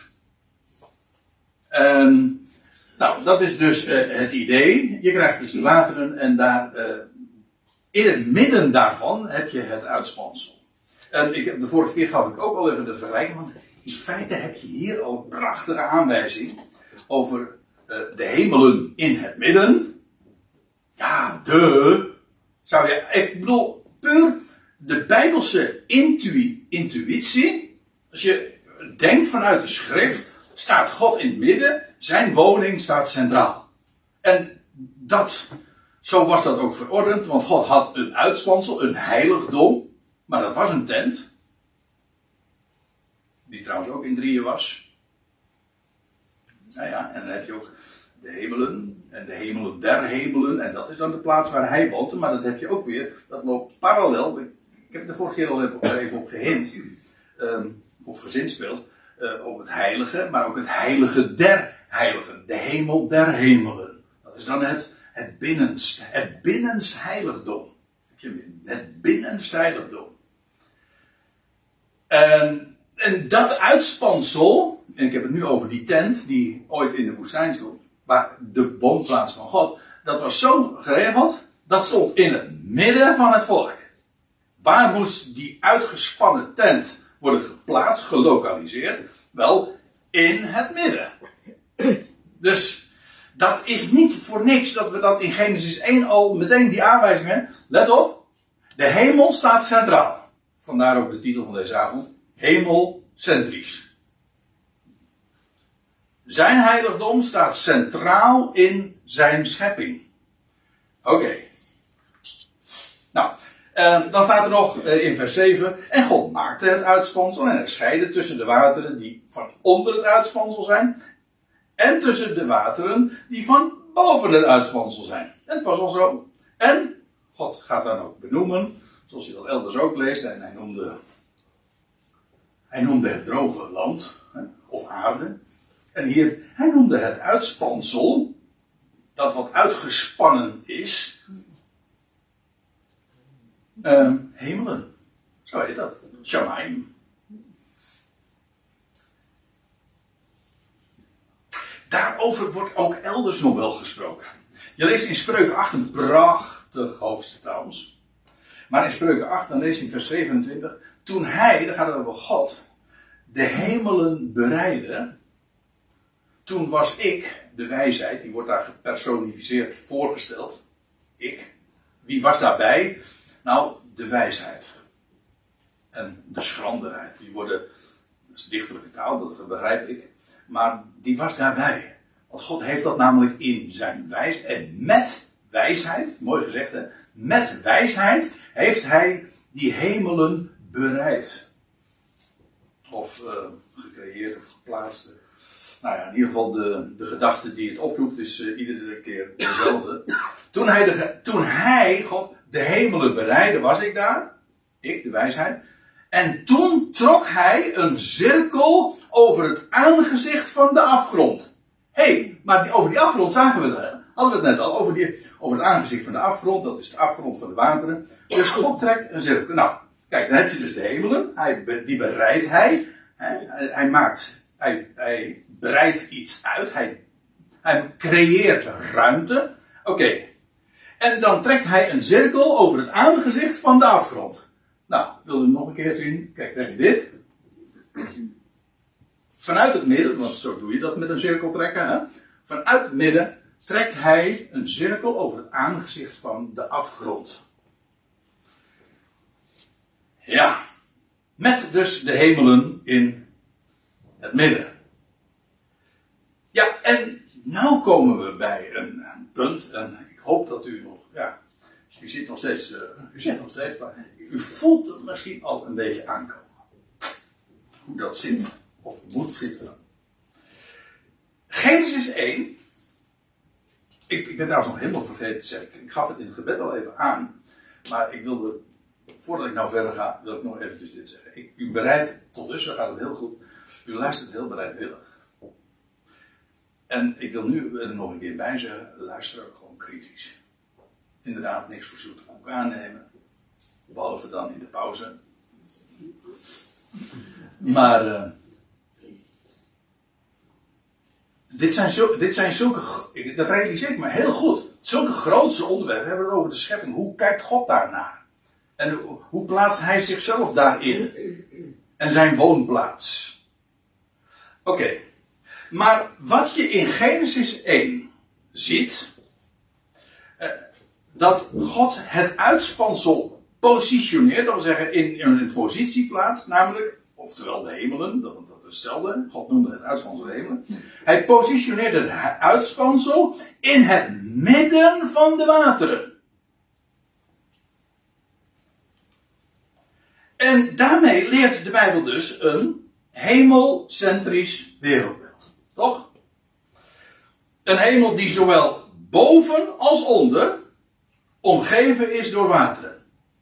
En, nou, dat is dus uh, het idee. Je krijgt dus de wateren en daar, uh, in het midden daarvan heb je het uitspansel. En ik heb, de vorige keer gaf ik ook al even de vergelijking, want in feite heb je hier al een prachtige aanwijzing over uh, de hemelen in het midden. Ja, de. Zou je, ik bedoel, puur de Bijbelse intui, intuïtie. Als je denkt vanuit de schrift, staat God in het midden, zijn woning staat centraal. En dat, zo was dat ook verordend, want God had een uitspansel, een heiligdom. Maar dat was een tent. Die trouwens ook in drieën was. Nou ja, en dan heb je ook de hemelen. En de hemelen der hemelen. En dat is dan de plaats waar hij woont. Maar dat heb je ook weer. Dat loopt parallel. Ik heb er vorige keer al even op gehint. Um, of gezinspeeld. Uh, op het heilige. Maar ook het heilige der heiligen. De hemel der hemelen. Dat is dan het, het binnenst. Het binnenst heiligdom. Heb je het binnenst heiligdom. En, en dat uitspansel, en ik heb het nu over die tent die ooit in de woestijn stond, maar de woonplaats van God, dat was zo geregeld, dat stond in het midden van het volk. Waar moest die uitgespannen tent worden geplaatst, gelokaliseerd? Wel, in het midden. Dus dat is niet voor niks dat we dat in Genesis één al meteen die aanwijzing hebben. Let op, de hemel staat centraal. Vandaar ook de titel van deze avond. Hemelcentrisch. Zijn heiligdom staat centraal in zijn schepping. Oké. Okay. Nou, eh, dan staat er nog eh, in vers zeven. En God maakte het uitspansel en hij scheidde tussen de wateren die van onder het uitspansel zijn. En tussen de wateren die van boven het uitspansel zijn. En het was al zo. En God gaat dan ook benoemen. Zoals je dat elders ook leest. En hij noemde, hij noemde het droge land. Hè, of aarde. En hier, hij noemde het uitspansel. Dat wat uitgespannen is. Uh, hemelen. Zo heet dat. Shamayim. Daarover wordt ook elders nog wel gesproken. Je leest in Spreuken acht een prachtig hoofdstuk trouwens. Maar in Spreuken acht, dan lees je in vers zevenentwintig. Toen hij, dan gaat het over God, de hemelen bereidde. Toen was ik, de wijsheid, die wordt daar gepersonificeerd voorgesteld. Ik. Wie was daarbij? Nou, de wijsheid. En de schranderheid. Die worden, dat is dichterlijke taal, dat begrijp ik. Maar die was daarbij. Want God heeft dat namelijk in zijn wijsheid. En met wijsheid, mooi gezegd hè. Met wijsheid heeft hij die hemelen bereid. Of uh, gecreëerd of geplaatst. Nou ja, in ieder geval de, de gedachte die het oproept is uh, iedere keer dezelfde. Toen hij, de, toen hij, God, de hemelen bereidde, was ik daar. Ik, de wijsheid. En toen trok hij een cirkel over het aangezicht van de afgrond. Hé, hey, maar die, over die afgrond zagen we het, hadden we het net al. Over, die, over het aangezicht van de afgrond, dat is de afgrond van de wateren. Dus God trekt een cirkel. Nou, kijk, dan heb je dus de hemelen. Hij, die bereidt hij. Hij, hij maakt, hij, hij breidt iets uit. Hij, hij creëert ruimte. Oké. Okay. En dan trekt hij een cirkel over het aangezicht van de afgrond. Nou, wil je nog een keer zien? Kijk, krijg je dit. Vanuit het midden, want zo doe je dat met een cirkel trekken. Hè? Vanuit het midden trekt hij een cirkel over het aangezicht van de afgrond. Ja, met dus de hemelen in het midden. Ja, en nou komen we bij een, een punt, en ik hoop dat u nog, ja, u zit nog steeds, uh, u zit nog steeds, maar u voelt het misschien al een beetje aankomen. Hoe dat zit, of moet zitten. Genesis één. Ik, ik ben trouwens nog helemaal vergeten te zeggen. Ik gaf het in het gebed al even aan. Maar ik wilde, voordat ik nou verder ga, wil ik nog eventjes dit zeggen. Ik, u bereidt, tot dusver gaat het heel goed. U luistert heel bereidwillig. En ik wil nu er nog een keer bij zeggen, luister ook gewoon kritisch. inderdaad niks voor zoete koek aannemen. Behalve dan in de pauze. Maar uh, dit, zijn zo, dit zijn zulke, dat realiseer ik me heel goed. Zulke grootse onderwerpen. We hebben het over de schepping. Hoe kijkt God daarnaar? En hoe, hoe plaatst hij zichzelf daarin? En zijn woonplaats. Oké. Okay. Maar wat je in Genesis één ziet. Uh, dat God het uitspansel positioneert. Dat wil zeggen in, in een positie plaatst. Namelijk, oftewel de hemelen. Dat, dat is hetzelfde. God noemde het uitspansel de hemelen. Hij positioneerde het uitspansel in het midden van de wateren. En daarmee leert de Bijbel dus een hemelcentrisch wereldbeeld. Toch? Een hemel die zowel boven als onder omgeven is door wateren.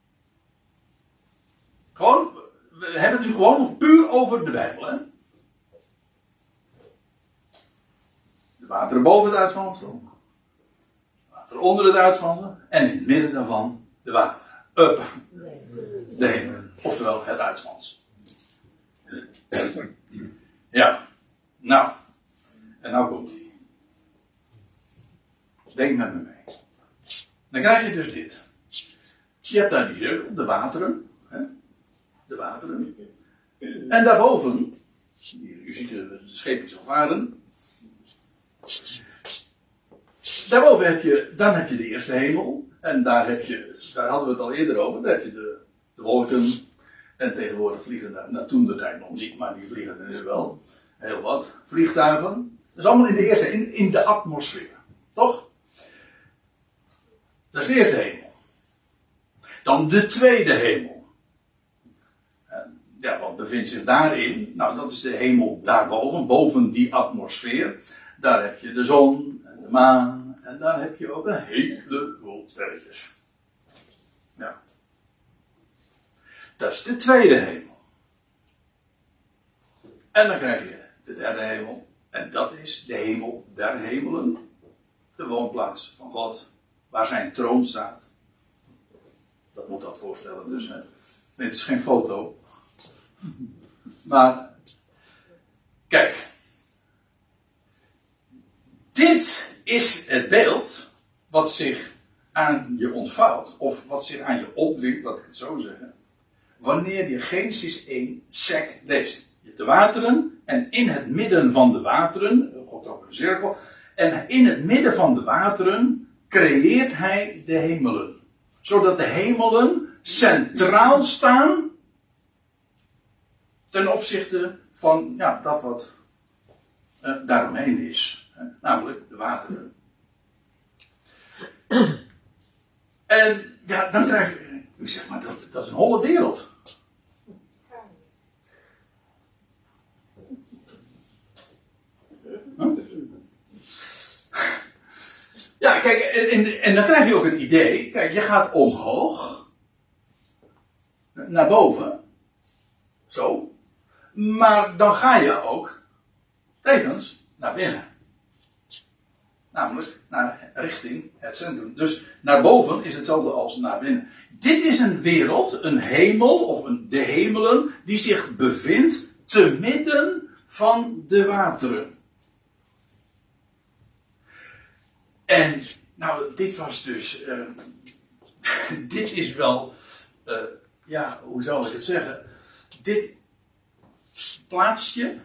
Gewoon, we hebben het nu gewoon nog puur over de Bijbel. Hè? De wateren boven het uitspansel. Water onder het uitspansel. En in het midden daarvan de wateren. Up. De hemel. Oftewel het uitspansel. Ja. Nou. En nou komt hij. Denk met me mee. Dan krijg je dus dit. Je hebt daar die cirkel, de wateren. Hè? De wateren. En daarboven. U ziet de, de scheepjes al varen. Daarboven heb je, dan heb je de eerste hemel. En daar heb je, daar hadden we het al eerder over. Daar heb je de, de wolken. En tegenwoordig vliegen daar, nou toen de tijd nog niet, maar die vliegen er nu wel. Heel wat. Vliegtuigen. Dat is allemaal in de eerste, in, in de atmosfeer. Toch? Dat is de eerste hemel. Dan de tweede hemel. Ja, wat bevindt zich daarin? Nou, dat is de hemel daarboven, boven die atmosfeer. Daar heb je de zon en de maan. En daar heb je ook een heleboel sterretjes. Ja. Dat is de tweede hemel. En dan krijg je de derde hemel. En dat is de hemel der hemelen. De woonplaats van God. Waar zijn troon staat. Dat moet dat voorstellen. Dus, hè. Nee, het is geen foto. Maar. Kijk. Dit is het beeld. Wat zich aan je ontvouwt. Of wat zich aan je opdringt. Laat ik het zo zeggen. Wanneer je Genesis één sec leest. Je hebt de wateren. En in het midden van de wateren. God trok een cirkel. En in het midden van de wateren. Creëert hij de hemelen. Zodat de hemelen centraal staan. Ten opzichte van ja, dat wat uh, daaromheen is. Hè, namelijk de wateren. En ja, dan krijg je. U zegt maar, dat, dat is een holle wereld. Huh? Ja, kijk, en, en dan krijg je ook het idee. Kijk, je gaat omhoog. Naar boven. Zo. Maar dan ga je ook tevens naar binnen. Namelijk naar richting het centrum. Dus naar boven is hetzelfde als naar binnen. Dit is een wereld, een hemel, of een, de hemelen, die zich bevindt te midden van de wateren. En, nou, dit was dus, uh, dit is wel, uh, ja, hoe zal ik het zeggen? Dit plaatst je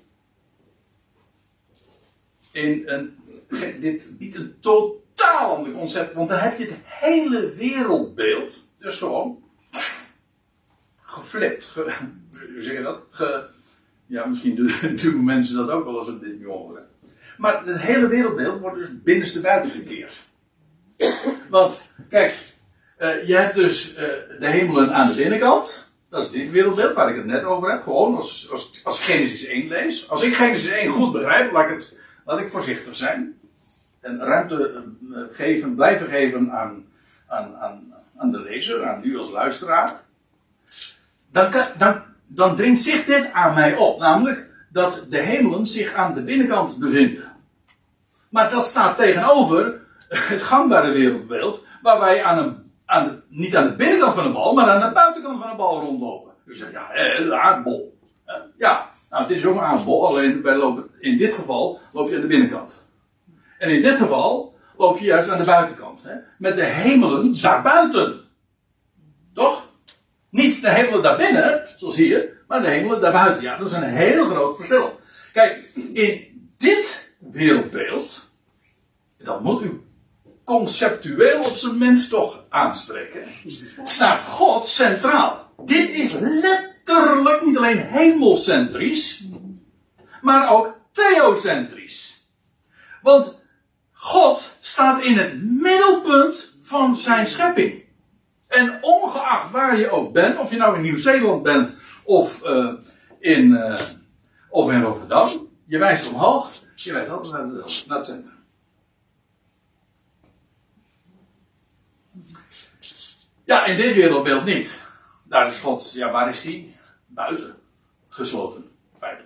in een, dit biedt een totaal ander concept, want dan heb je het hele wereldbeeld, dus gewoon, geflipt. Ge, hoe zeg je dat? Ge, ja, misschien doen, doen mensen dat ook wel als het dit nu horen. Maar het hele wereldbeeld wordt dus binnenste buiten gekeerd. Want, kijk, uh, je hebt dus uh, de hemelen aan de binnenkant. Dat is dit wereldbeeld waar ik het net over heb. Gewoon als, als, als ik Genesis één lees. Als ik Genesis één goed begrijp, laat ik, het, laat ik voorzichtig zijn. En ruimte uh, geven, blijven geven aan, aan, aan, aan de lezer, aan u als luisteraar. Dan, kan, dan, dan dringt zich dit aan mij op. Namelijk dat de hemelen zich aan de binnenkant bevinden. Maar dat staat tegenover het gangbare wereldbeeld, waar wij aan een, aan de, niet aan de binnenkant van de bal, maar aan de buitenkant van de bal rondlopen. Dus zeg ja, de aardbol. Ja, nou, dit is ook een aardbol, alleen wij lopen, in dit geval loop je aan de binnenkant. En in dit geval loop je juist aan de buitenkant. Hè? Met de hemelen daarbuiten. Toch? Niet de hemelen daarbinnen, zoals hier, maar de hemelen daarbuiten. Ja, dat is een heel groot verschil. Kijk, in dit wereldbeeld, dat moet u conceptueel op zijn minst toch aanspreken, staat God centraal. Dit is letterlijk niet alleen hemelcentrisch, maar ook theocentrisch. Want God staat in het middelpunt van zijn schepping. En ongeacht waar je ook bent, of je nou in Nieuw-Zeeland bent of, uh, in, uh, of in Rotterdam, je wijst omhoog, je wijst altijd naar het, naar het centrum. Ja, in dit wereldbeeld niet. Daar is God, ja, waar is hij? Buiten. Gesloten, feitelijk.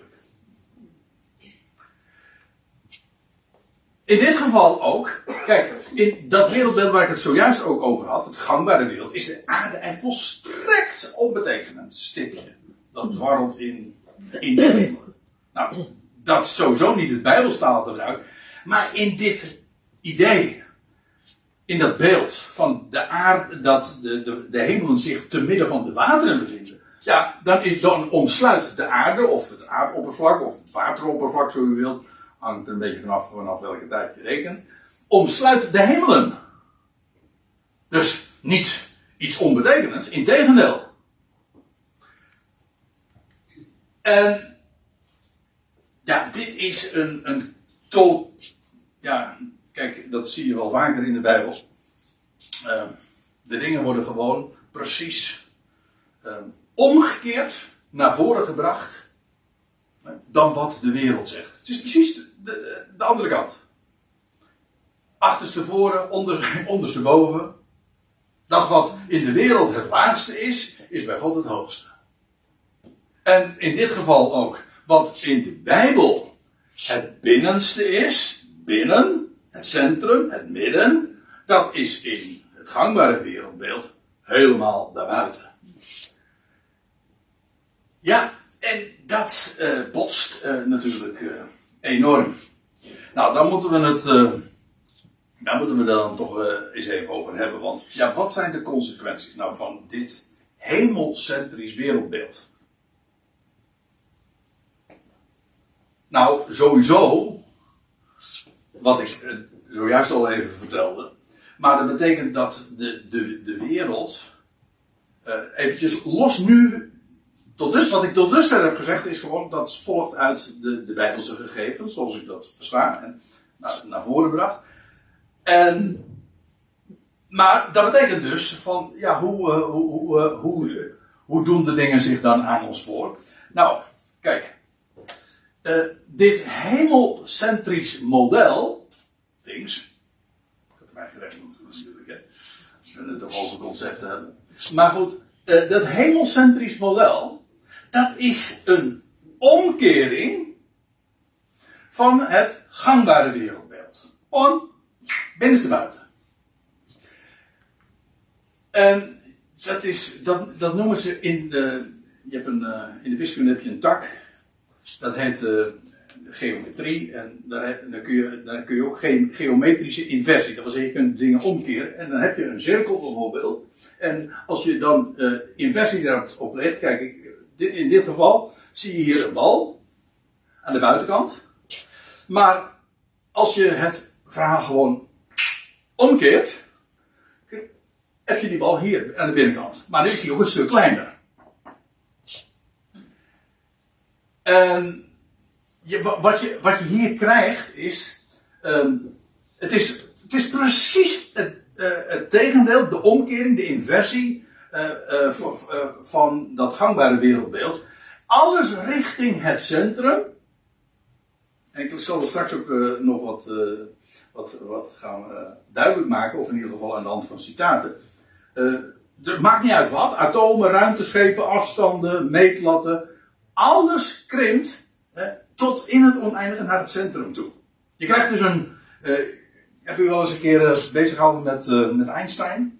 In dit geval ook, kijk, in dat wereldbeeld waar ik het zojuist ook over had, het gangbare wereld, is de aarde een volstrekt onbetekenend stipje. Dat dwarrelt in, in de hemel. Nou, dat is sowieso niet het Bijbelstaalgebruik, maar in dit idee, in dat beeld van de aarde, dat de, de, de hemelen zich te midden van de wateren bevinden, ja, dan, is, dan omsluit de aarde, of het aardoppervlak, of het wateroppervlak, zo u wilt, hangt er een beetje vanaf, vanaf welke tijd je rekent, omsluit de hemelen. Dus niet iets onbetekenends, integendeel. En ja, dit is een, een to... Ja, kijk, dat zie je wel vaker in de Bijbel. Uh, de dingen worden gewoon precies uh, omgekeerd naar voren gebracht uh, dan wat de wereld zegt. Het is precies de, de, de andere kant. Achterstevoren, onder, ondersteboven. Dat wat in de wereld het laagste is, is bij God het hoogste. En in dit geval ook wat in de Bijbel het binnenste is, binnen, het centrum, het midden, dat is in het gangbare wereldbeeld helemaal daarbuiten. Ja, en dat uh, botst uh, natuurlijk uh, enorm. Nou, dan moeten we het, uh, daar moeten we dan toch uh, eens even over hebben. Want ja, wat zijn de consequenties nou van dit hemelcentrisch wereldbeeld? Nou, sowieso, wat ik uh, zojuist al even vertelde. Maar dat betekent dat de, de, de wereld, uh, eventjes los nu, tot dus, wat ik tot dusver heb gezegd is gewoon, dat volgt uit de, de Bijbelse gegevens, zoals ik dat versta en naar, naar voren bracht. En, maar dat betekent dus van, ja, hoe, uh, hoe, hoe, uh, hoe, hoe doen de dingen zich dan aan ons voor? Nou, kijk. Uh, dit hemelcentrisch model, links, ik had hem eigenlijk rechts moeten doen natuurlijk, hè, als we het toch over concepten hebben. Maar goed, uh, dat hemelcentrisch model, dat is een omkering van het gangbare wereldbeeld. Gewoon binnenstebuiten. En dat is, dat, dat noemen ze in de, je hebt een, uh, in de wiskunde heb je een tak. Dat heet uh, geometrie en daar, dan, kun je, dan kun je ook ge- geometrische inversie. Dat wil zeggen, je kunt dingen omkeren en dan heb je een cirkel bijvoorbeeld. En als je dan uh, inversie daarop legt, kijk, ik, dit, in dit geval zie je hier een bal aan de buitenkant. Maar als je het verhaal gewoon omkeert, heb je die bal hier aan de binnenkant. Maar nu is die ook een stuk kleiner. En je, wat, je, wat je hier krijgt is, um, het is, het is precies het, uh, het tegendeel, de omkering, de inversie uh, uh, voor, uh, van dat gangbare wereldbeeld. Alles richting het centrum. En ik zal er straks ook uh, nog wat, uh, wat, wat gaan uh, duidelijk maken, of in ieder geval aan de hand van citaten. Uh, het maakt niet uit wat, atomen, ruimteschepen, afstanden, meetlatten. Alles krimpt eh, tot in het oneindige naar het centrum toe. Je krijgt dus een, uh, heb u wel eens een keer uh, bezig gehouden met, uh, met Einstein?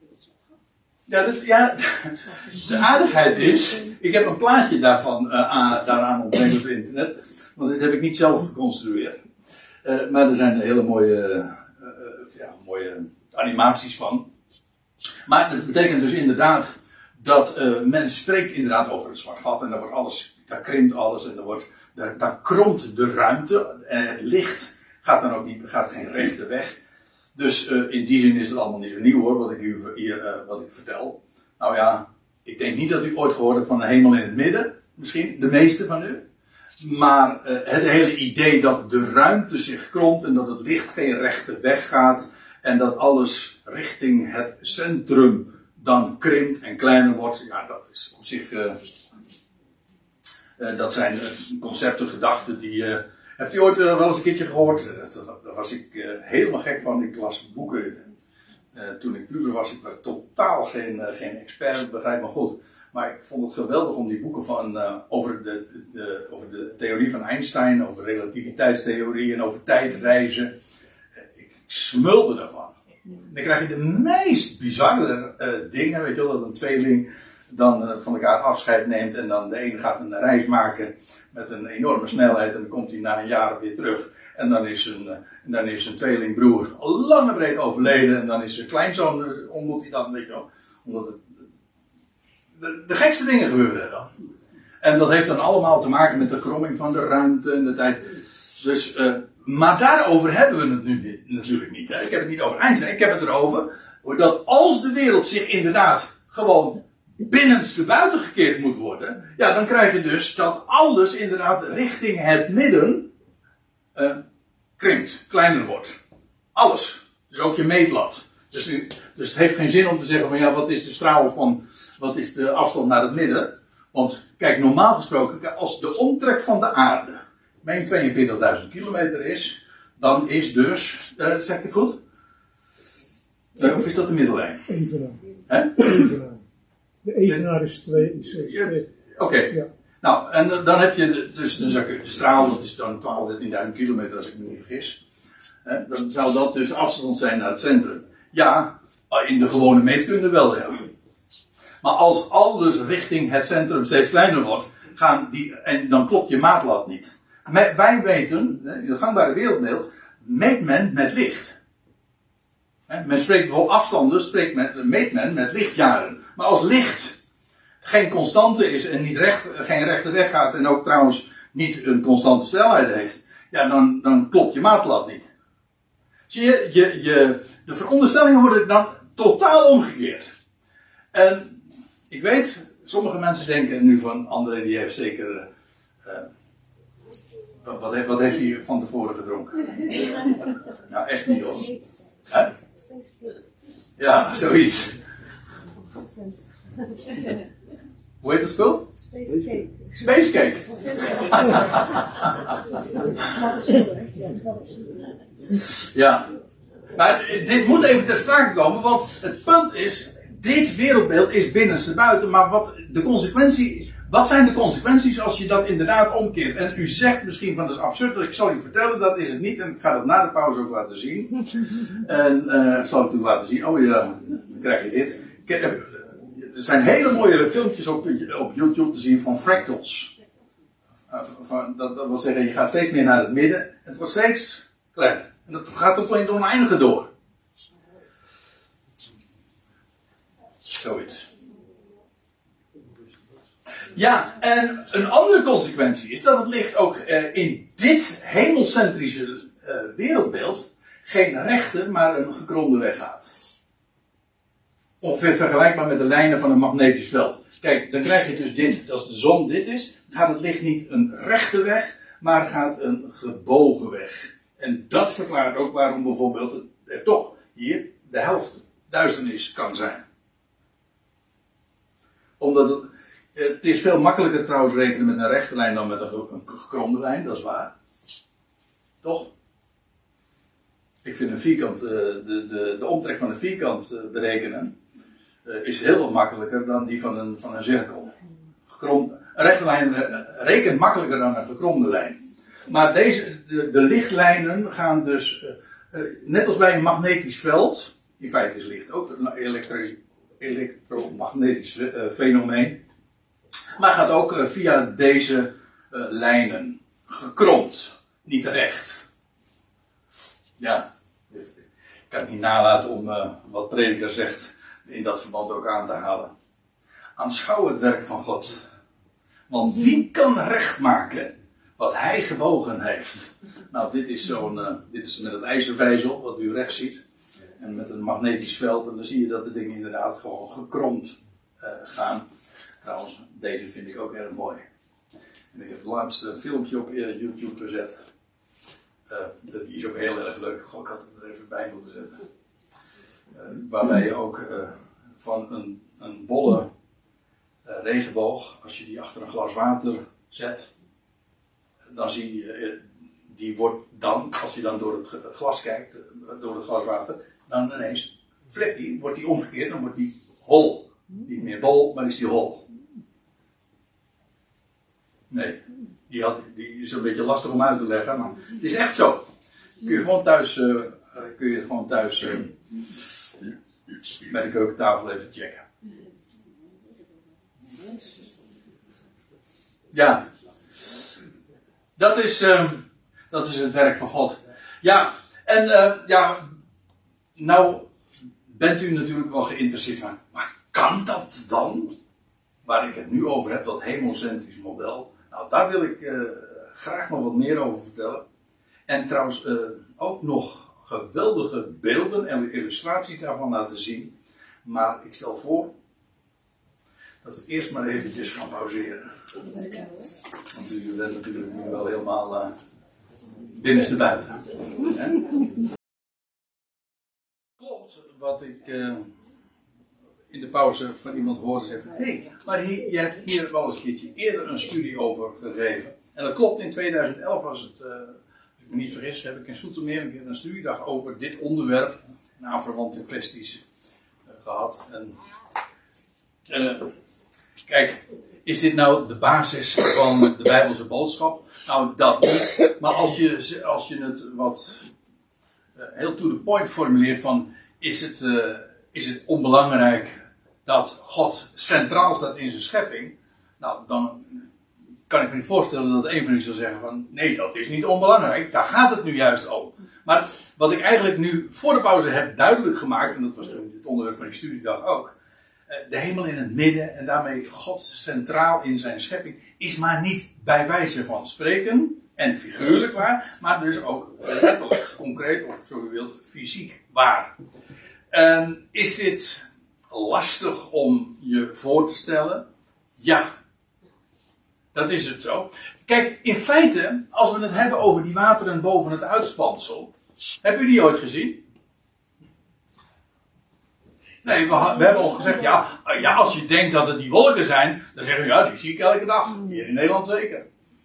Ja, dat, ja, de aardigheid is, ik heb een plaatje daarvan uh, aan, daaraan ontdekt op internet, want dit heb ik niet zelf geconstrueerd. Uh, maar er zijn hele mooie, uh, uh, ja, mooie animaties van. Maar dat betekent dus inderdaad dat uh, men spreekt inderdaad over het zwart gat en dan wordt alles, daar krimpt alles en dan wordt, daar, daar kromt de ruimte en het licht gaat dan ook niet, gaat geen rechte weg. Dus uh, in die zin is het allemaal niet zo nieuw hoor, wat ik hier, hier uh, wat ik vertel. Nou ja, ik denk niet dat u ooit gehoord hebt van de hemel in het midden. Misschien de meeste van u. Maar uh, het hele idee dat de ruimte zich kromt en dat het licht geen rechte weg gaat. En dat alles richting het centrum dan krimpt en kleiner wordt. Ja, dat is op zich... Uh, uh, dat zijn uh, concepten, gedachten die... Uh, Hebt u ooit uh, wel eens een keertje gehoord? Daar was ik uh, helemaal gek van. Ik las boeken. Uh, toen ik puber was, ik was totaal geen, uh, geen expert, begrijp me goed. Maar ik vond het geweldig om die boeken van, uh, over, de, de, over de theorie van Einstein, over relativiteitstheorie en over tijdreizen. Uh, ik smulde daarvan. Dan krijg je de meest bizarre uh, dingen, weet je wel, dat een tweeling dan uh, van elkaar afscheid neemt en dan de een gaat een reis maken met een enorme snelheid en dan komt hij na een jaar weer terug. En dan is zijn, uh, en dan is zijn tweelingbroer al lang en breed overleden en dan is zijn kleinzoon, uh, ontmoet hij dan, weet je wel, omdat het, de, de gekste dingen gebeuren er dan. En dat heeft dan allemaal te maken met de kromming van de ruimte en de tijd. Dus, uh, maar daarover hebben we het nu natuurlijk niet. Hè? Ik heb het niet over Einstein, ik heb het erover dat als de wereld zich inderdaad gewoon binnenste buiten gekeerd moet worden, ja, dan krijg je dus dat alles inderdaad richting het midden uh, krimpt, kleiner wordt. Alles. Dus ook je meetlat. Dus, dus het heeft geen zin om te zeggen van ja, wat is de straal van, wat is de afstand naar het midden? Want kijk, normaal gesproken, als de omtrek van de aarde mijn tweeënveertigduizend kilometer is, dan is dus, uh, zeg ik het goed? Uh, of is dat de middellijn? Evenaar. Hè? Evenaar. De evenaar is twee. Ja, Oké. Okay. Ja. Nou, en dan heb je dus, dus de straal, dat is dan twaalf, dertienduizend kilometer als ik me niet vergis. Hè? Dan zou dat dus afstand zijn naar het centrum. Ja, in de gewone meetkunde wel, ja. Maar als alles richting het centrum steeds kleiner wordt, gaan die, en dan klopt je maatlat niet. Met, wij weten, in de gangbare wereldbeeld, meet men met licht. He, men spreekt voor afstanden, spreekt men, meet men met lichtjaren. Maar als licht geen constante is en niet recht, geen rechte weg gaat en ook trouwens niet een constante snelheid heeft, ja, dan, dan klopt je maatlat niet. Zie je, je, je, de veronderstellingen worden dan totaal omgekeerd. En ik weet, sommige mensen denken nu van, André die heeft zeker, uh, wat, wat, heeft, wat heeft hij van tevoren gedronken? Nou, echt niet hoor. Huh? Ja, zoiets. Hoe heet het spul? Space cake. Space cake. Ja. Maar dit moet even ter sprake komen, want het punt is, dit wereldbeeld is binnenste buiten, maar wat de consequentie, wat zijn de consequenties als je dat inderdaad omkeert? En u zegt misschien van dat is absurd, ik zal u vertellen, dat is het niet en ik ga dat na de pauze ook laten zien. En uh, zal ik u laten zien, oh ja, dan krijg je dit. Er zijn hele mooie filmpjes op, op YouTube te zien van fractals. Uh, van, dat, dat wil zeggen, je gaat steeds meer naar het midden en het wordt steeds kleiner. En dat gaat tot in het oneindige door. Zoiets. Ja, en een andere consequentie is dat het licht ook uh, in dit hemelcentrische uh, wereldbeeld geen rechte, maar een gekromde weg gaat. Ongeveer vergelijkbaar met de lijnen van een magnetisch veld. Kijk, dan krijg je dus dit, als de zon dit is, gaat het licht niet een rechte weg, maar gaat een gebogen weg. En dat verklaart ook waarom bijvoorbeeld er toch hier de helft duisternis kan zijn. Omdat het, het is veel makkelijker trouwens rekenen met een rechte lijn dan met een, ge, een gekromde lijn, dat is waar. Toch? Ik vind een vierkant, de, de, de omtrek van een vierkant berekenen, is heel wat makkelijker dan die van een, van een cirkel. Gekrom, een rechte lijn rekent makkelijker dan een gekromde lijn. Maar deze, de, de lichtlijnen gaan dus Uh, net als bij een magnetisch veld, in feite is licht ook een elektro- elektromagnetisch uh, fenomeen, maar gaat ook uh, via deze uh, lijnen, gekromd, niet recht. Ja, ik kan het niet nalaten om uh, wat prediker zegt in dat verband ook aan te halen. Aanschouw het werk van God. Want wie kan recht maken wat hij gebogen heeft? Nou, dit is zo'n, uh, dit is met het ijzervijzel, wat u rechts ziet. En met een magnetisch veld. En dan zie je dat de dingen inderdaad gewoon gekromd uh, gaan. Trouwens, deze vind ik ook erg mooi. En ik heb het laatste filmpje op YouTube gezet. Uh, die is ook heel erg leuk. Goh, ik had het er even bij moeten zetten. Uh, waarbij je ook uh, van een, een bolle uh, regenboog, als je die achter een glas water zet, dan zie je, uh, die wordt dan, als je dan door het glas kijkt, uh, door het glas water, dan ineens flip die, wordt die omgekeerd, dan wordt die hol. Niet meer bol, maar is die hol. Nee, die, had, die is een beetje lastig om uit te leggen, maar het is echt zo. Kun je gewoon thuis, uh, kun je gewoon thuis uh, bij de keukentafel even checken. Ja, dat is, uh, dat is het werk van God. Ja, en uh, ja, nou bent u natuurlijk wel geïnteresseerd van, maar kan dat dan? Waar ik het nu over heb, dat hemelcentrisch model. Nou, daar wil ik uh, graag nog wat meer over vertellen. En trouwens uh, ook nog geweldige beelden en illustraties daarvan laten zien. Maar ik stel voor dat we eerst maar eventjes gaan pauzeren. Want u bent natuurlijk nu wel helemaal uh, binnenste buiten. Hè? Klopt wat ik uh, in de pauze van iemand hoorde zeggen. Hé, hey, maar hier, je hebt hier wel eens een keertje eerder een studie over gegeven. En dat klopt, in tweeduizend elf was het, uh, als ik me niet vergis, heb ik in Zoetermeer een keer een studiedag over dit onderwerp en aanverwante kwesties uh, gehad. En, uh, kijk, is dit nou de basis van de Bijbelse boodschap? Nou, dat niet. Maar als je, als je het wat uh, heel to the point formuleert van, is het, uh, is het onbelangrijk dat God centraal staat in zijn schepping? Nou, dan kan ik me niet voorstellen dat een van u zal zeggen van, nee, dat is niet onbelangrijk. Daar gaat het nu juist om. Maar wat ik eigenlijk nu voor de pauze heb duidelijk gemaakt, en dat was toen het onderwerp van die studiedag ook, de hemel in het midden en daarmee God centraal in zijn schepping, is maar niet bij wijze van spreken en figuurlijk waar, maar dus ook letterlijk, concreet of zo u wilt, fysiek waar. En is dit lastig om je voor te stellen? Ja, dat is het zo. Kijk, in feite, als we het hebben over die wateren boven het uitspansel, hebben jullie die ooit gezien? Nee, we, we hebben al gezegd, ja, ja, als je denkt dat het die wolken zijn, dan zeggen we, ja, die zie ik elke dag. Hier in Nederland zeker.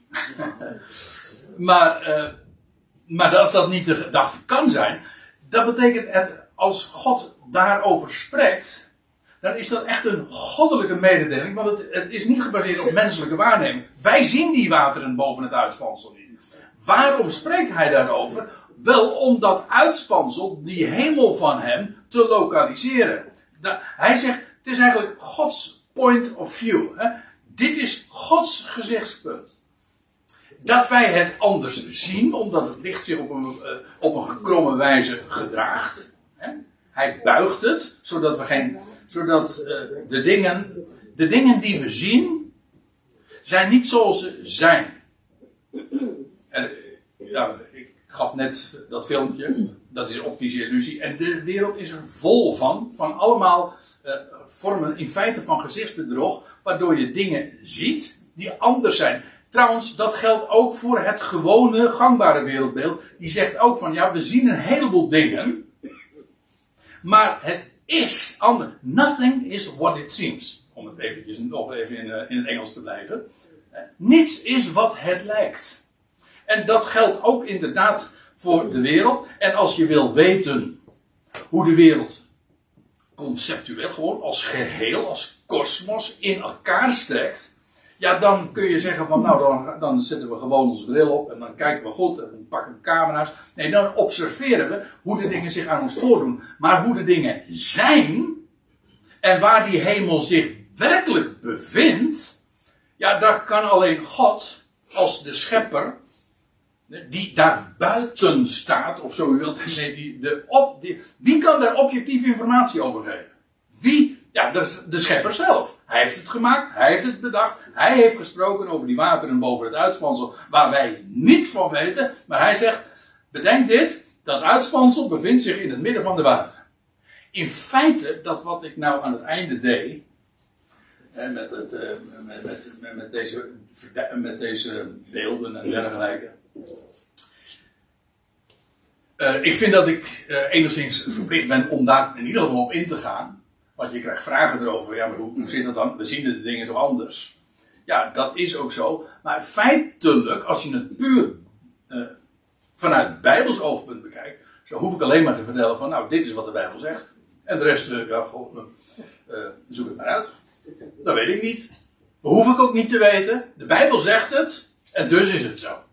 maar, uh, maar als dat niet de gedachte kan zijn, dat betekent het, als God daarover spreekt, dan is dat echt een goddelijke mededeling, want het, het is niet gebaseerd op menselijke waarneming. Wij zien die wateren boven het uitspansel niet. Waarom spreekt hij daarover? Wel om dat uitspansel, die hemel van hem, te lokaliseren. Nou, hij zegt, het is eigenlijk Gods point of view. Hè? Dit is Gods gezichtspunt. Dat wij het anders zien, omdat het licht zich op een, uh, op een gekromme wijze gedraagt. Hè? Hij buigt het, zodat we geen, zodat uh, de dingen, de dingen die we zien, zijn niet zoals ze zijn. En, ja, ik gaf net dat filmpje, dat is optische illusie, en de wereld is er vol van, van allemaal uh, vormen in feite van gezichtsbedrog, waardoor je dingen ziet die anders zijn. Trouwens, dat geldt ook voor het gewone, gangbare wereldbeeld. Die zegt ook van, ja, we zien een heleboel dingen, maar het is anders. Nothing is what it seems. Om het eventjes nog even in, uh, in het Engels te blijven. Uh, niets is wat het lijkt. En dat geldt ook inderdaad voor de wereld. En als je wil weten hoe de wereld conceptueel, gewoon als geheel, als kosmos, in elkaar strekt, Ja, dan kun je zeggen van, nou, dan, dan zetten we gewoon onze bril op en dan kijken we goed en dan pakken we camera's. Nee, dan observeren we hoe de dingen zich aan ons voordoen. Maar hoe de dingen zijn en waar die hemel zich werkelijk bevindt, ja, daar kan alleen God als de schepper, die daar buiten staat, of zo u wilt, nee, die, de op, die, wie kan daar objectieve informatie over geven? Wie? Ja, dat is de schepper zelf. Hij heeft het gemaakt, hij heeft het bedacht, hij heeft gesproken over die wateren boven het uitspansel, waar wij niets van weten, maar hij zegt, bedenk dit, dat uitspansel bevindt zich in het midden van de wateren. In feite, dat wat ik nou aan het einde deed, met, het, met, met, met, met, deze, met deze beelden en dergelijke, Uh, ik vind dat ik uh, enigszins verplicht ben om daar in ieder geval op in te gaan. Want je krijgt vragen erover. Ja, maar hoe, hoe zit dat dan? We zien de dingen toch anders? Ja, dat is ook zo. Maar feitelijk, als je het puur uh, vanuit Bijbels oogpunt bekijkt, zo hoef ik alleen maar te vertellen van, nou, dit is wat de Bijbel zegt. En de rest, uh, ja, goh, uh, uh, zoek het maar uit. Dat weet ik niet. Dat hoef ik ook niet te weten. De Bijbel zegt het. En dus is het zo.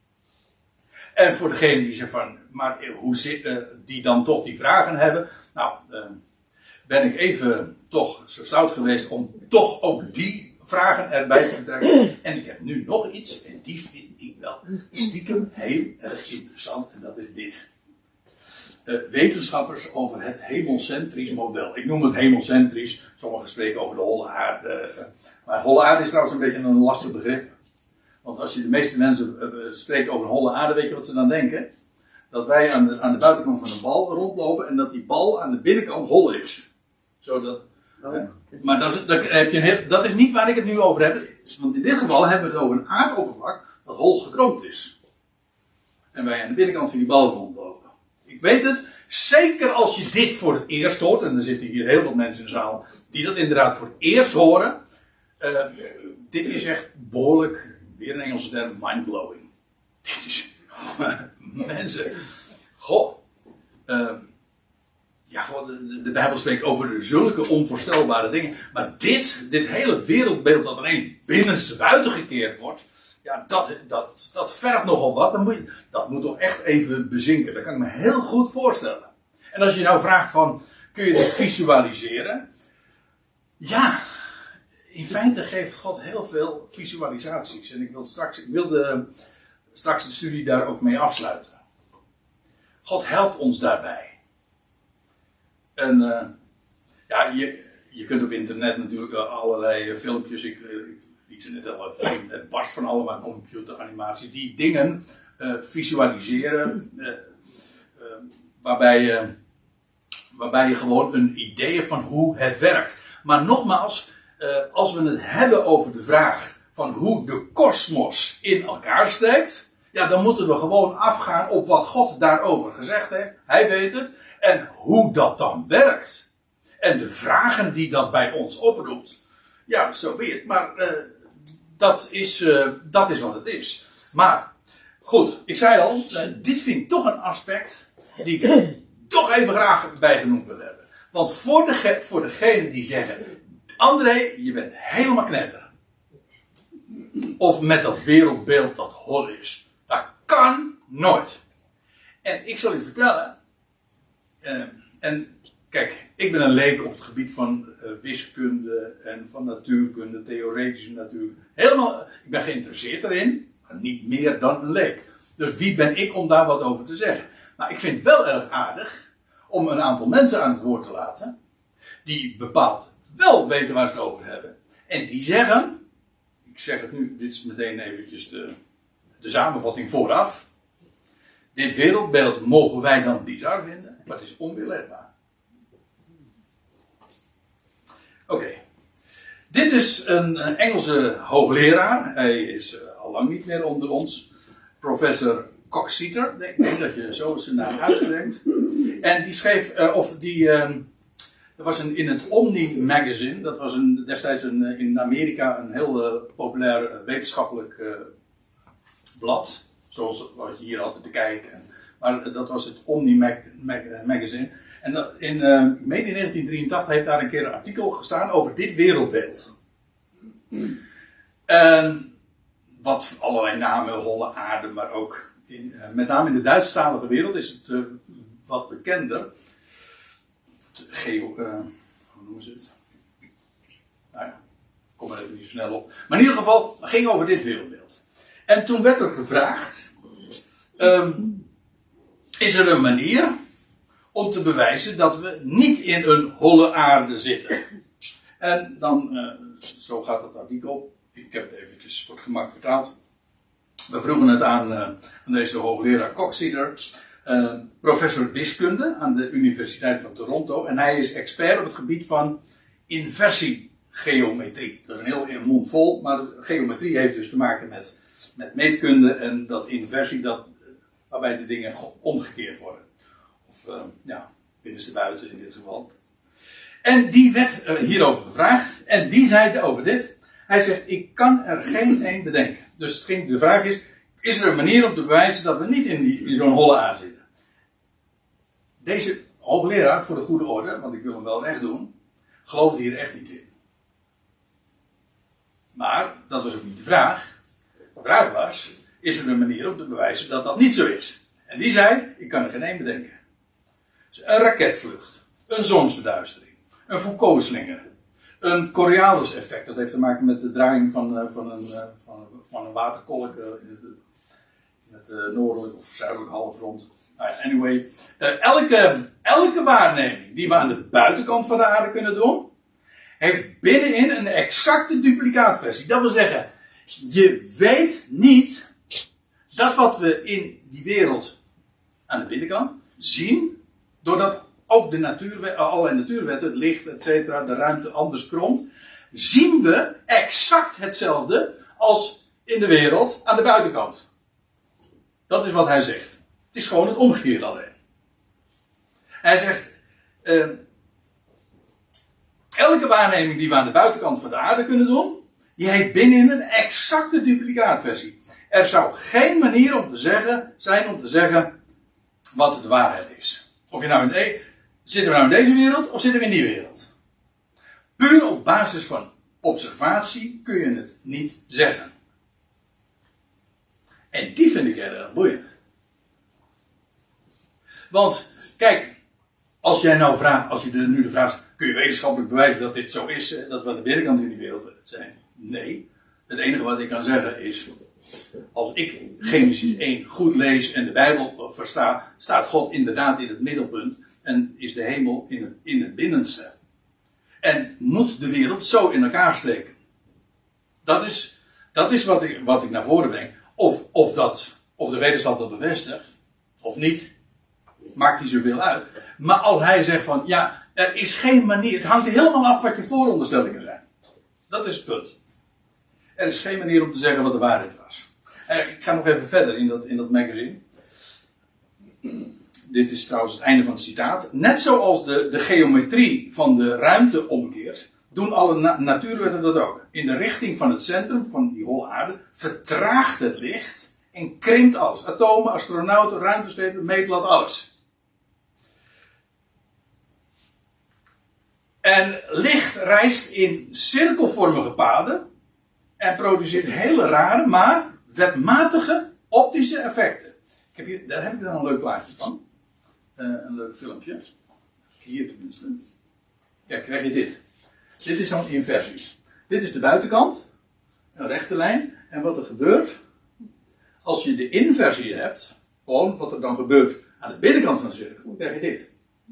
En voor degene die zegt van, maar hoe zit, uh, die dan toch die vragen hebben. Nou, uh, ben ik even toch zo stout geweest om toch ook die vragen erbij te betrekken. En ik heb nu nog iets, en die vind ik wel stiekem heel erg interessant. En dat is dit. Uh, wetenschappers over het hemelcentrisch model. Ik noem het hemelcentrisch. Sommigen spreken over de holle aarde. Uh, maar holle aarde is trouwens een beetje een lastig begrip. Want als je de meeste mensen uh, spreekt over een holle aarde, weet je wat ze dan denken? Dat wij aan de, aan de buitenkant van een bal rondlopen en dat die bal aan de binnenkant hol is. Zodat, oh. uh, maar dat is, dat, heb je een heel, dat is niet waar ik het nu over heb. Want in dit geval hebben we het over een aardoppervlak dat hol gekroond is. En wij aan de binnenkant van die bal rondlopen. Ik weet het, zeker als je dit voor het eerst hoort, en er zitten hier heel veel mensen in de zaal die dat inderdaad voor het eerst horen. Uh, dit is echt behoorlijk, weer een Engelse term, mindblowing. Dit is, mensen, goh, uh, ja, goh, de, de Bijbel spreekt over zulke onvoorstelbare dingen, maar dit, dit hele wereldbeeld dat alleen binnenste buiten gekeerd wordt, ja, dat, dat, dat vergt nogal wat. Dan moet je, dat moet toch echt even bezinken. Dat kan ik me heel goed voorstellen. En als je nou vraagt van, kun je dit visualiseren? Ja, in feite geeft God heel veel visualisaties. En ik wil straks, ik wil de, straks de studie daar ook mee afsluiten. God helpt ons daarbij. En uh, ja, je, je kunt op internet natuurlijk allerlei filmpjes, ik, ik liet ze net al even zien, het barst van allemaal computeranimaties, die dingen uh, visualiseren, uh, uh, waarbij, uh, waarbij je gewoon een idee hebt van hoe het werkt. Maar nogmaals, uh, als we het hebben over de vraag van hoe de kosmos in elkaar steekt, ja, dan moeten we gewoon afgaan op wat God daarover gezegd heeft. Hij weet het. En hoe dat dan werkt. En de vragen die dat bij ons oproept. Ja, zo be it. Maar uh, dat, is, uh, dat is wat het is. Maar, goed, ik zei al, uh, dit vind ik toch een aspect die ik toch even graag bijgenoemd wil hebben. Want voor, de, voor degenen die zeggen, André, je bent helemaal knetter. Of met dat wereldbeeld dat hol is. Dat kan nooit. En ik zal u vertellen. Uh, en kijk, ik ben een leek op het gebied van uh, wiskunde en van natuurkunde, theoretische natuurkunde. Helemaal, ik ben geïnteresseerd erin, maar niet meer dan een leek. Dus wie ben ik om daar wat over te zeggen? Maar ik vind het wel erg aardig om een aantal mensen aan het woord te laten, die bepaald wel weten waar ze het over hebben. En die zeggen, ik zeg het nu, dit is meteen eventjes de, de samenvatting vooraf. Dit wereldbeeld mogen wij dan bizar vinden. Maar het is onweerlegbaar. Oké. Okay. Dit is een, een Engelse hoogleraar. Hij is uh, al lang niet meer onder ons. Professor Coxeter. Ik denk dat je zo zijn naam uitspreekt. En die schreef, uh, of die, uh, dat was een, in het Omni Magazine. Dat was een, destijds een, in Amerika een heel uh, populair uh, wetenschappelijk uh, blad. Zoals wat je hier altijd bekijkt. Maar dat was het Omni Mag- Mag- Magazine. En dat in, uh, ik meen in negentien drieëntachtig heeft daar een keer een artikel gestaan over dit wereldbeeld. En wat allerlei namen, holle aarde, maar ook in, uh, met name in de Duitsstalige wereld is het uh, wat bekender. Geo, uh, hoe noemen ze het? Nou ja, ik kom er even niet zo snel op. Maar in ieder geval, het ging over dit wereldbeeld. En toen werd er gevraagd, um, is er een manier om te bewijzen dat we niet in een holle aarde zitten? En dan, uh, zo gaat het artikel. Ik heb het eventjes voor het gemak vertaald. We vroegen het aan, uh, aan deze hoogleraar Coxeter, uh, professor wiskunde aan de Universiteit van Toronto. En hij is expert op het gebied van inversiegeometrie. Dat is een heel een mond vol, maar de geometrie heeft dus te maken met, met meetkunde en dat inversie, dat, waarbij de dingen omgekeerd worden. Of uh, ja, binnenste buiten in dit geval. En die werd uh, hierover gevraagd en die zei over dit. Hij zegt, ik kan er geen één bedenken. Dus het ging, de vraag is, is er een manier om te bewijzen dat we niet in, die, in zo'n holle aarde zitten? Deze hoogleraar, voor de goede orde, want ik wil hem wel recht doen, gelooft hier echt niet in. Maar, dat was ook niet de vraag. De vraag was, is er een manier om te bewijzen dat dat niet zo is? En die zei, ik kan er geen één bedenken. Dus een raketvlucht, een zonsverduistering, een Foucault-slinger, een Coriolis-effect, dat heeft te maken met de draaiing van, uh, van, een, uh, van, van een waterkolk uh, in het, in het uh, noordelijk of zuidelijk halfrond. Uh, anyway, uh, elke, elke waarneming die we aan de buitenkant van de aarde kunnen doen, heeft binnenin een exacte duplicaatversie. Dat wil zeggen, je weet niet dat wat we in die wereld aan de binnenkant zien, doordat ook de natuurwet, allerlei natuurwetten, het licht, et cetera, de ruimte anders kromt, zien we exact hetzelfde als in de wereld aan de buitenkant. Dat is wat hij zegt. Het is gewoon het omgekeerde alleen. Hij zegt, uh, elke waarneming die we aan de buitenkant van de aarde kunnen doen, die heeft binnenin een exacte duplicaatversie. Er zou geen manier om te zeggen, zijn om te zeggen wat de waarheid is. Of je nou in de, zitten we nou in deze wereld of zitten we in die wereld? Puur op basis van observatie kun je het niet zeggen. En die vind ik erg boeiend. Want, kijk, als jij nou vraagt, als je de, nu de vraag stelt, kun je wetenschappelijk bewijzen dat dit zo is, dat we aan de binnenkant in die wereld zijn? Nee. Het enige wat ik kan zeggen is, als ik Genesis één goed lees en de Bijbel versta, staat God inderdaad in het middelpunt en is de hemel in het, in het binnenste. En moet de wereld zo in elkaar steken. Dat is, dat is wat, ik, wat ik naar voren breng. Of, of, dat, of de wetenschap dat bevestigt, of niet, maakt niet zoveel uit. Maar als hij zegt van, ja, er is geen manier, het hangt helemaal af wat je vooronderstellingen zijn. Dat is het punt. Er is geen manier om te zeggen wat de waarheid was. En ik ga nog even verder in dat, in dat magazine. Dit is trouwens het einde van het citaat. Net zoals de, de geometrie van de ruimte omkeert, doen alle na- natuurwetten dat ook. In de richting van het centrum van die holle aarde vertraagt het licht en krimpt alles. Atomen, astronauten, ruimteschepen, meetlat, alles. En licht reist in cirkelvormige paden en produceert hele rare, maar wetmatige optische effecten. Ik heb hier, daar heb ik dan een leuk plaatje van. Uh, een leuk filmpje. Hier tenminste. Kijk, krijg je dit. Dit is zo'n inversie. Dit is de buitenkant. Een rechte lijn. En wat er gebeurt, als je de inversie hebt, gewoon wat er dan gebeurt aan de binnenkant van de cirkel, dan krijg je dit.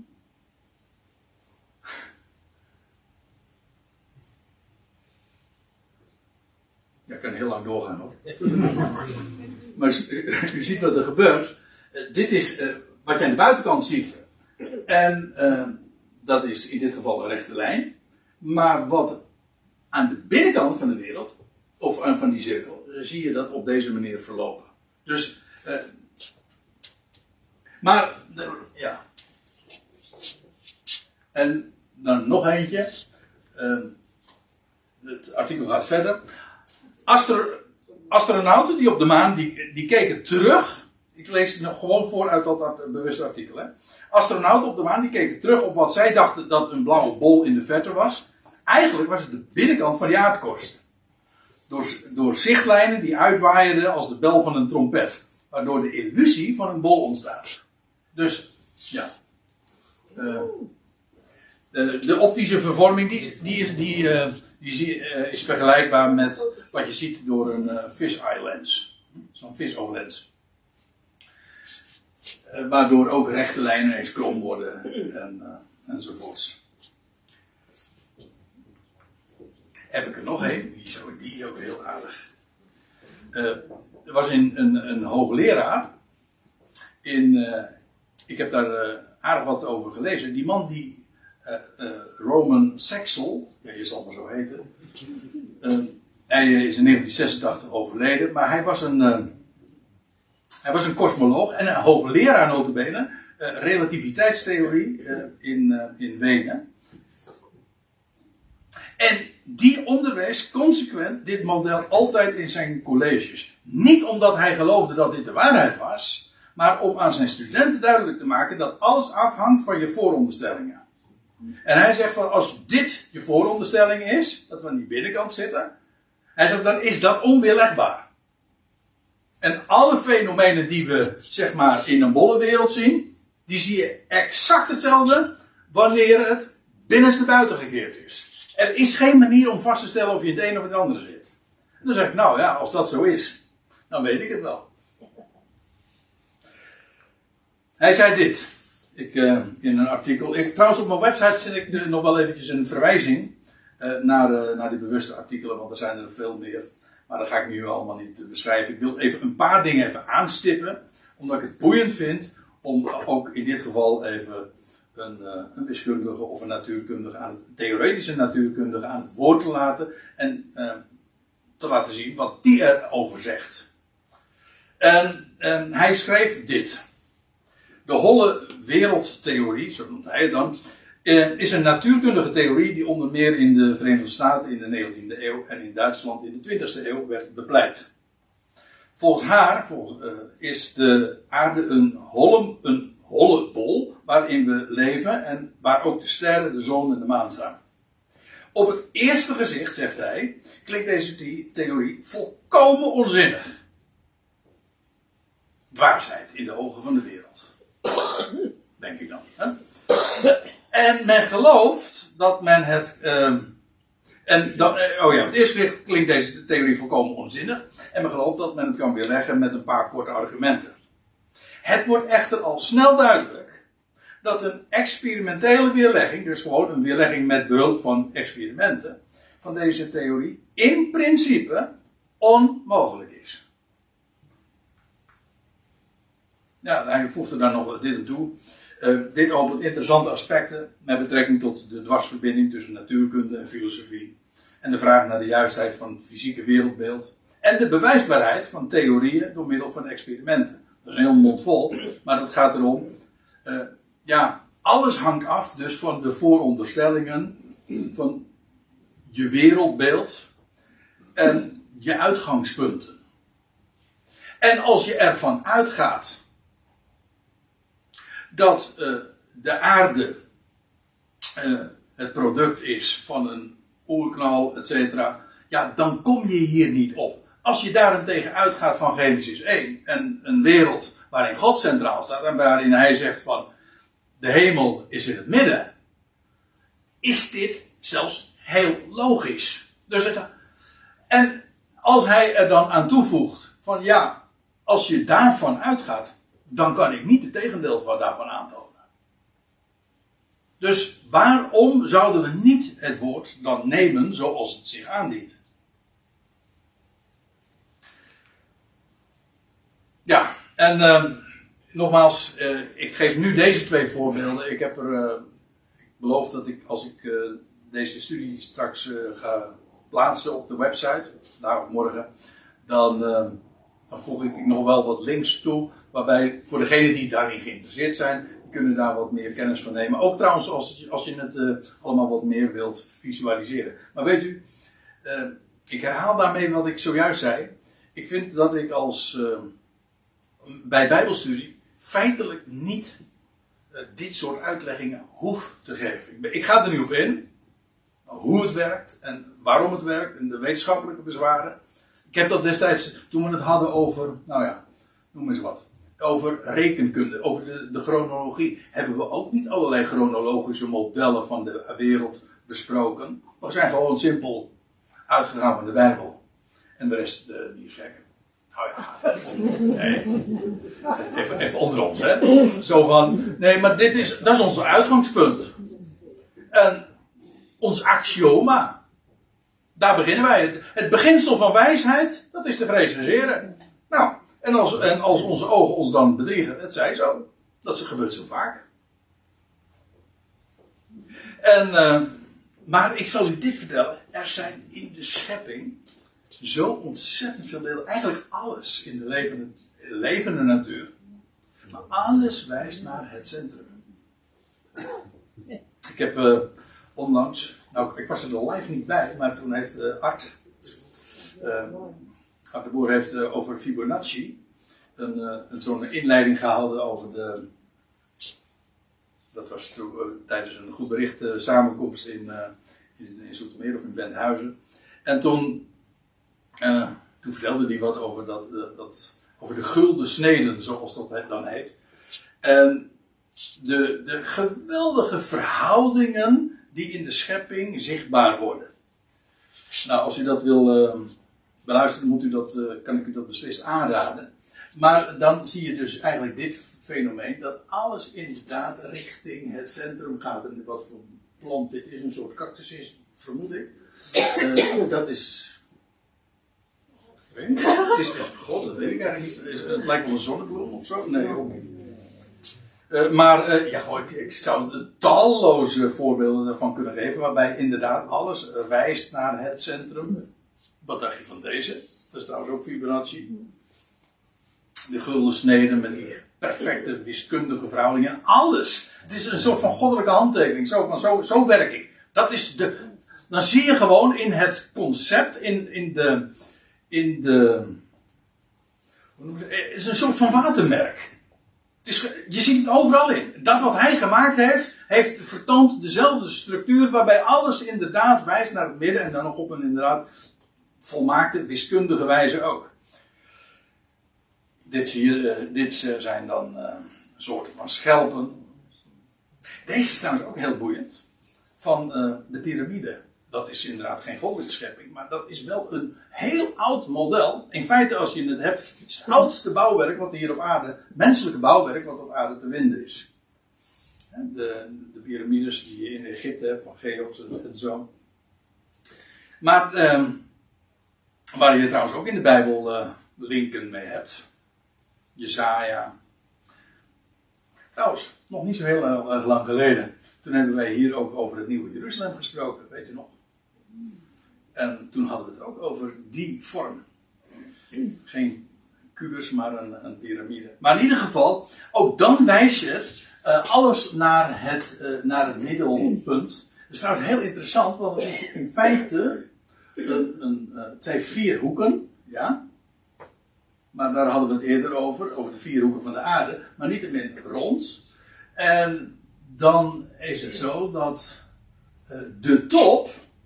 Ja, ik kan heel lang doorgaan hoor. Maar u ziet wat er gebeurt. Uh, dit is uh, wat je aan de buitenkant ziet. En uh, dat is in dit geval een rechte lijn. Maar wat aan de binnenkant van de wereld, of uh, van die cirkel, zie je dat op deze manier verlopen. Dus, uh, maar, uh, ja. En dan nog eentje. Uh, het artikel gaat verder. Astro- astronauten die op de maan, die, die keken terug. Ik lees het nog gewoon voor uit dat, dat bewuste artikel. Hè. Astronauten op de maan, die keken terug op wat zij dachten dat een blauwe bol in de verte was. Eigenlijk was het de binnenkant van die aardkorst. door, door zichtlijnen die uitwaaierden als de bel van een trompet. Waardoor de illusie van een bol ontstaat. Dus, ja. Uh, de, de optische vervorming die, die, is, die, uh, die uh, is vergelijkbaar met wat je ziet door een uh, fish-eye lens. Zo'n fish-eye-lens. Uh, waardoor ook rechte lijnen eens krom worden en, uh, enzovoorts. Heb ik er nog een? Die is ook, die is ook heel aardig. Uh, er was een, een, een hoogleraar. In, uh, ik heb daar uh, aardig wat over gelezen. Die man die uh, uh, Roman Saxel, ja, je zal maar zo heten. Uh, hij is in negentien zesentachtig overleden, maar hij was een, uh, hij was een kosmoloog en een hoogleraar nota bene, uh, relativiteitstheorie uh, in, uh, in Wenen. En die onderwees consequent dit model altijd in zijn colleges. Niet omdat hij geloofde dat dit de waarheid was, maar om aan zijn studenten duidelijk te maken dat alles afhangt van je vooronderstellingen. En hij zegt van als dit je vooronderstelling is, dat we aan die binnenkant zitten, hij zegt dan is dat onweerlegbaar. En alle fenomenen die we zeg maar in een bolle wereld zien, die zie je exact hetzelfde wanneer het binnenste buiten gekeerd is. Er is geen manier om vast te stellen of je in het een of het andere zit. En dan zeg ik, nou ja, als dat zo is, dan weet ik het wel. Hij zei dit, ik, uh, in een artikel. Ik, trouwens op mijn website zet ik uh, nog wel eventjes een verwijzing uh, naar, uh, naar die bewuste artikelen, want er zijn er veel meer. Maar dat ga ik nu allemaal niet beschrijven. Ik wil even een paar dingen even aanstippen, omdat ik het boeiend vind om ook in dit geval even Een, uh, een wiskundige of een natuurkundige, aan het, theoretische natuurkundige aan het woord te laten en uh, te laten zien wat die erover zegt. En, en hij schreef dit. De holle wereldtheorie, zo noemt hij het dan, uh, is een natuurkundige theorie die onder meer in de Verenigde Staten in de negentiende eeuw en in Duitsland in de twintigste eeuw werd bepleit. Volgens haar volgens, uh, is de aarde een holle, een holle bol waarin we leven en waar ook de sterren, de zon en de maan staan. Op het eerste gezicht, zegt hij, klinkt deze the- theorie volkomen onzinnig. Dwaasheid in de ogen van de wereld. Denk ik dan. Hè? En men gelooft dat men het... Uh, en dat, oh ja, op het eerste gezicht klinkt deze theorie volkomen onzinnig. En men gelooft dat men het kan weerleggen met een paar korte argumenten. Het wordt echter al snel duidelijk dat een experimentele weerlegging, dus gewoon een weerlegging met behulp van experimenten, van deze theorie in principe onmogelijk is. Ja, hij voegde daar nog dit aan toe. Uh, dit opent interessante aspecten met betrekking tot de dwarsverbinding tussen natuurkunde en filosofie. En de vraag naar de juistheid van het fysieke wereldbeeld. En de bewijsbaarheid van theorieën door middel van experimenten. Dat is een heel mond vol, maar het gaat erom. Uh, ja, alles hangt af dus van de vooronderstellingen van je wereldbeeld en je uitgangspunten. En als je ervan uitgaat dat uh, de aarde uh, het product is van een oerknal, et cetera, ja, dan kom je hier niet op. Als je daarentegen uitgaat van Genesis één, en een wereld waarin God centraal staat en waarin hij zegt van de hemel is in het midden, is dit zelfs heel logisch. Dus het, en als hij er dan aan toevoegt van ja, als je daarvan uitgaat, dan kan ik niet het tegendeel van daarvan aantonen. Dus waarom zouden we niet het woord dan nemen zoals het zich aandient? Ja, en uh, nogmaals, uh, ik geef nu deze twee voorbeelden. Ik heb er, uh, ik beloof dat ik als ik uh, deze studie straks uh, ga plaatsen op de website, vandaag of morgen, dan, uh, dan voeg ik nog wel wat links toe, waarbij voor degenen die daarin geïnteresseerd zijn, die kunnen daar wat meer kennis van nemen. Ook trouwens als, als je het uh, allemaal wat meer wilt visualiseren. Maar weet u, uh, ik herhaal daarmee wat ik zojuist zei. Ik vind dat ik als uh, bij Bijbelstudie feitelijk niet uh, dit soort uitleggingen hoef te geven. Ik, ben, ik ga er nu op in. hoe het werkt en waarom het werkt en de wetenschappelijke bezwaren. Ik heb dat destijds, toen we het hadden over, nou ja, noem eens wat. Over rekenkunde, over de, de chronologie, hebben we ook niet allerlei chronologische modellen van de wereld besproken. We zijn gewoon simpel uitgegaan van de Bijbel. En de rest, de, die is gek. Nou ja, nee. Even, even onder ons, hè. Zo van, nee, maar dit is, dat is ons uitgangspunt. En ons axioma. Daar beginnen wij. Het beginsel van wijsheid, dat is te vrezen des Heren. Nou, en als, en als onze ogen ons dan bedriegen, het zij zo. Dat gebeurt zo vaak. En, uh, maar ik zal u dit vertellen. Er zijn in de schepping zo ontzettend veel delen. Eigenlijk alles in de levende, levende natuur. Maar alles wijst naar het centrum. Ik heb uh, onlangs, nou ik was er live niet bij, maar toen heeft uh, Art, uh, Art de Boer heeft uh, over Fibonacci een, uh, een zo'n inleiding gehouden over de, dat was toen, uh, tijdens een goed bericht uh, samenkomst in, uh, in, in Zoetermeer of in Benthuizen. En toen, uh, toen vertelde hij wat over, dat, uh, dat, over de gulden sneden, zoals dat dan heet. En De, de geweldige verhoudingen die in de schepping zichtbaar worden. Nou, als u dat wil uh, beluisteren, moet u dat, uh, kan ik u dat beslist aanraden. Maar dan zie je dus eigenlijk dit fenomeen, dat alles inderdaad richting het centrum gaat. En wat voor plant dit is, een soort cactus is, vermoed ik. Uh, dat is... Ik weet niet. Het is, God, dat weet ik eigenlijk niet. Het lijkt wel een zonnebloem of zo. Nee, ook niet. Uh, maar uh, ja, goh, ik, ik zou talloze voorbeelden daarvan kunnen geven, waarbij inderdaad alles uh, wijst naar het centrum. Wat dacht je van deze? Dat is trouwens ook Fibonacci. De gulden sneden met die perfecte wiskundige verhoudingen. Alles. Het is een soort van goddelijke handtekening. Zo, van, zo, zo werk ik. Dat is de, dan zie je gewoon in het concept, in, in de... In de hoe noemen ze, het is een soort van watermerk. Het is, je ziet het overal in. Dat wat hij gemaakt heeft, heeft vertoont dezelfde structuur waarbij alles inderdaad wijst naar het midden en dan nog op een inderdaad volmaakte wiskundige wijze ook. Dit, zie je, uh, dit zijn dan uh, soorten van schelpen. Deze is trouwens ook heel boeiend. Van uh, de piramide. Dat is inderdaad geen goddelijke schepping, maar dat is wel een heel oud model. In feite, als je het hebt, is het oudste bouwwerk wat hier op aarde, menselijke bouwwerk wat op aarde te vinden is. De, de piramides die je in Egypte hebt, van Cheops en zo. Maar, eh, waar je trouwens ook in de Bijbel eh, linken mee hebt. Jesaja. Trouwens, nog niet zo heel erg lang geleden. Toen hebben wij hier ook over het Nieuwe Jeruzalem gesproken, weet je nog? En toen hadden we het ook over die vorm. Geen kubus, maar een, een piramide. Maar in ieder geval, ook dan wijs je uh, alles naar het, uh, naar het middelpunt. Dat is trouwens heel interessant, want het is in feite een, een, uh, het zijn vier hoeken, ja. Maar daar hadden we het eerder over, over de vier hoeken van de aarde. Maar niettemin rond. En dan is het zo dat uh, de top,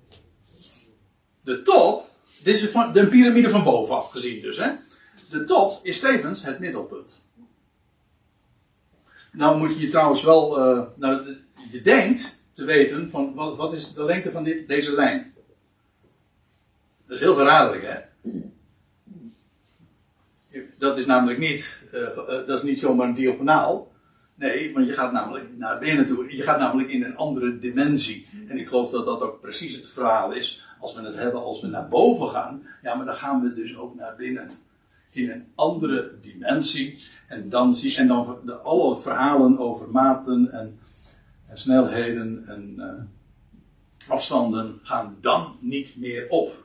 de top, dit is van, de piramide van bovenaf gezien dus, hè. De top is tevens het middelpunt. Nou moet je je trouwens wel, uh, nou, je denkt te weten van wat, wat is de lengte van dit, deze lijn. Dat is heel verraderlijk, hè. Dat is namelijk niet, uh, uh, dat is niet zomaar een diagonaal. Nee, want je gaat namelijk naar binnen toe. Je gaat namelijk in een andere dimensie. En ik geloof dat dat ook precies het verhaal is. Als we het hebben, als we naar boven gaan. Ja, maar dan gaan we dus ook naar binnen. In een andere dimensie. En dan zie en dan de, alle verhalen over maten en, en snelheden en uh, afstanden gaan dan niet meer op.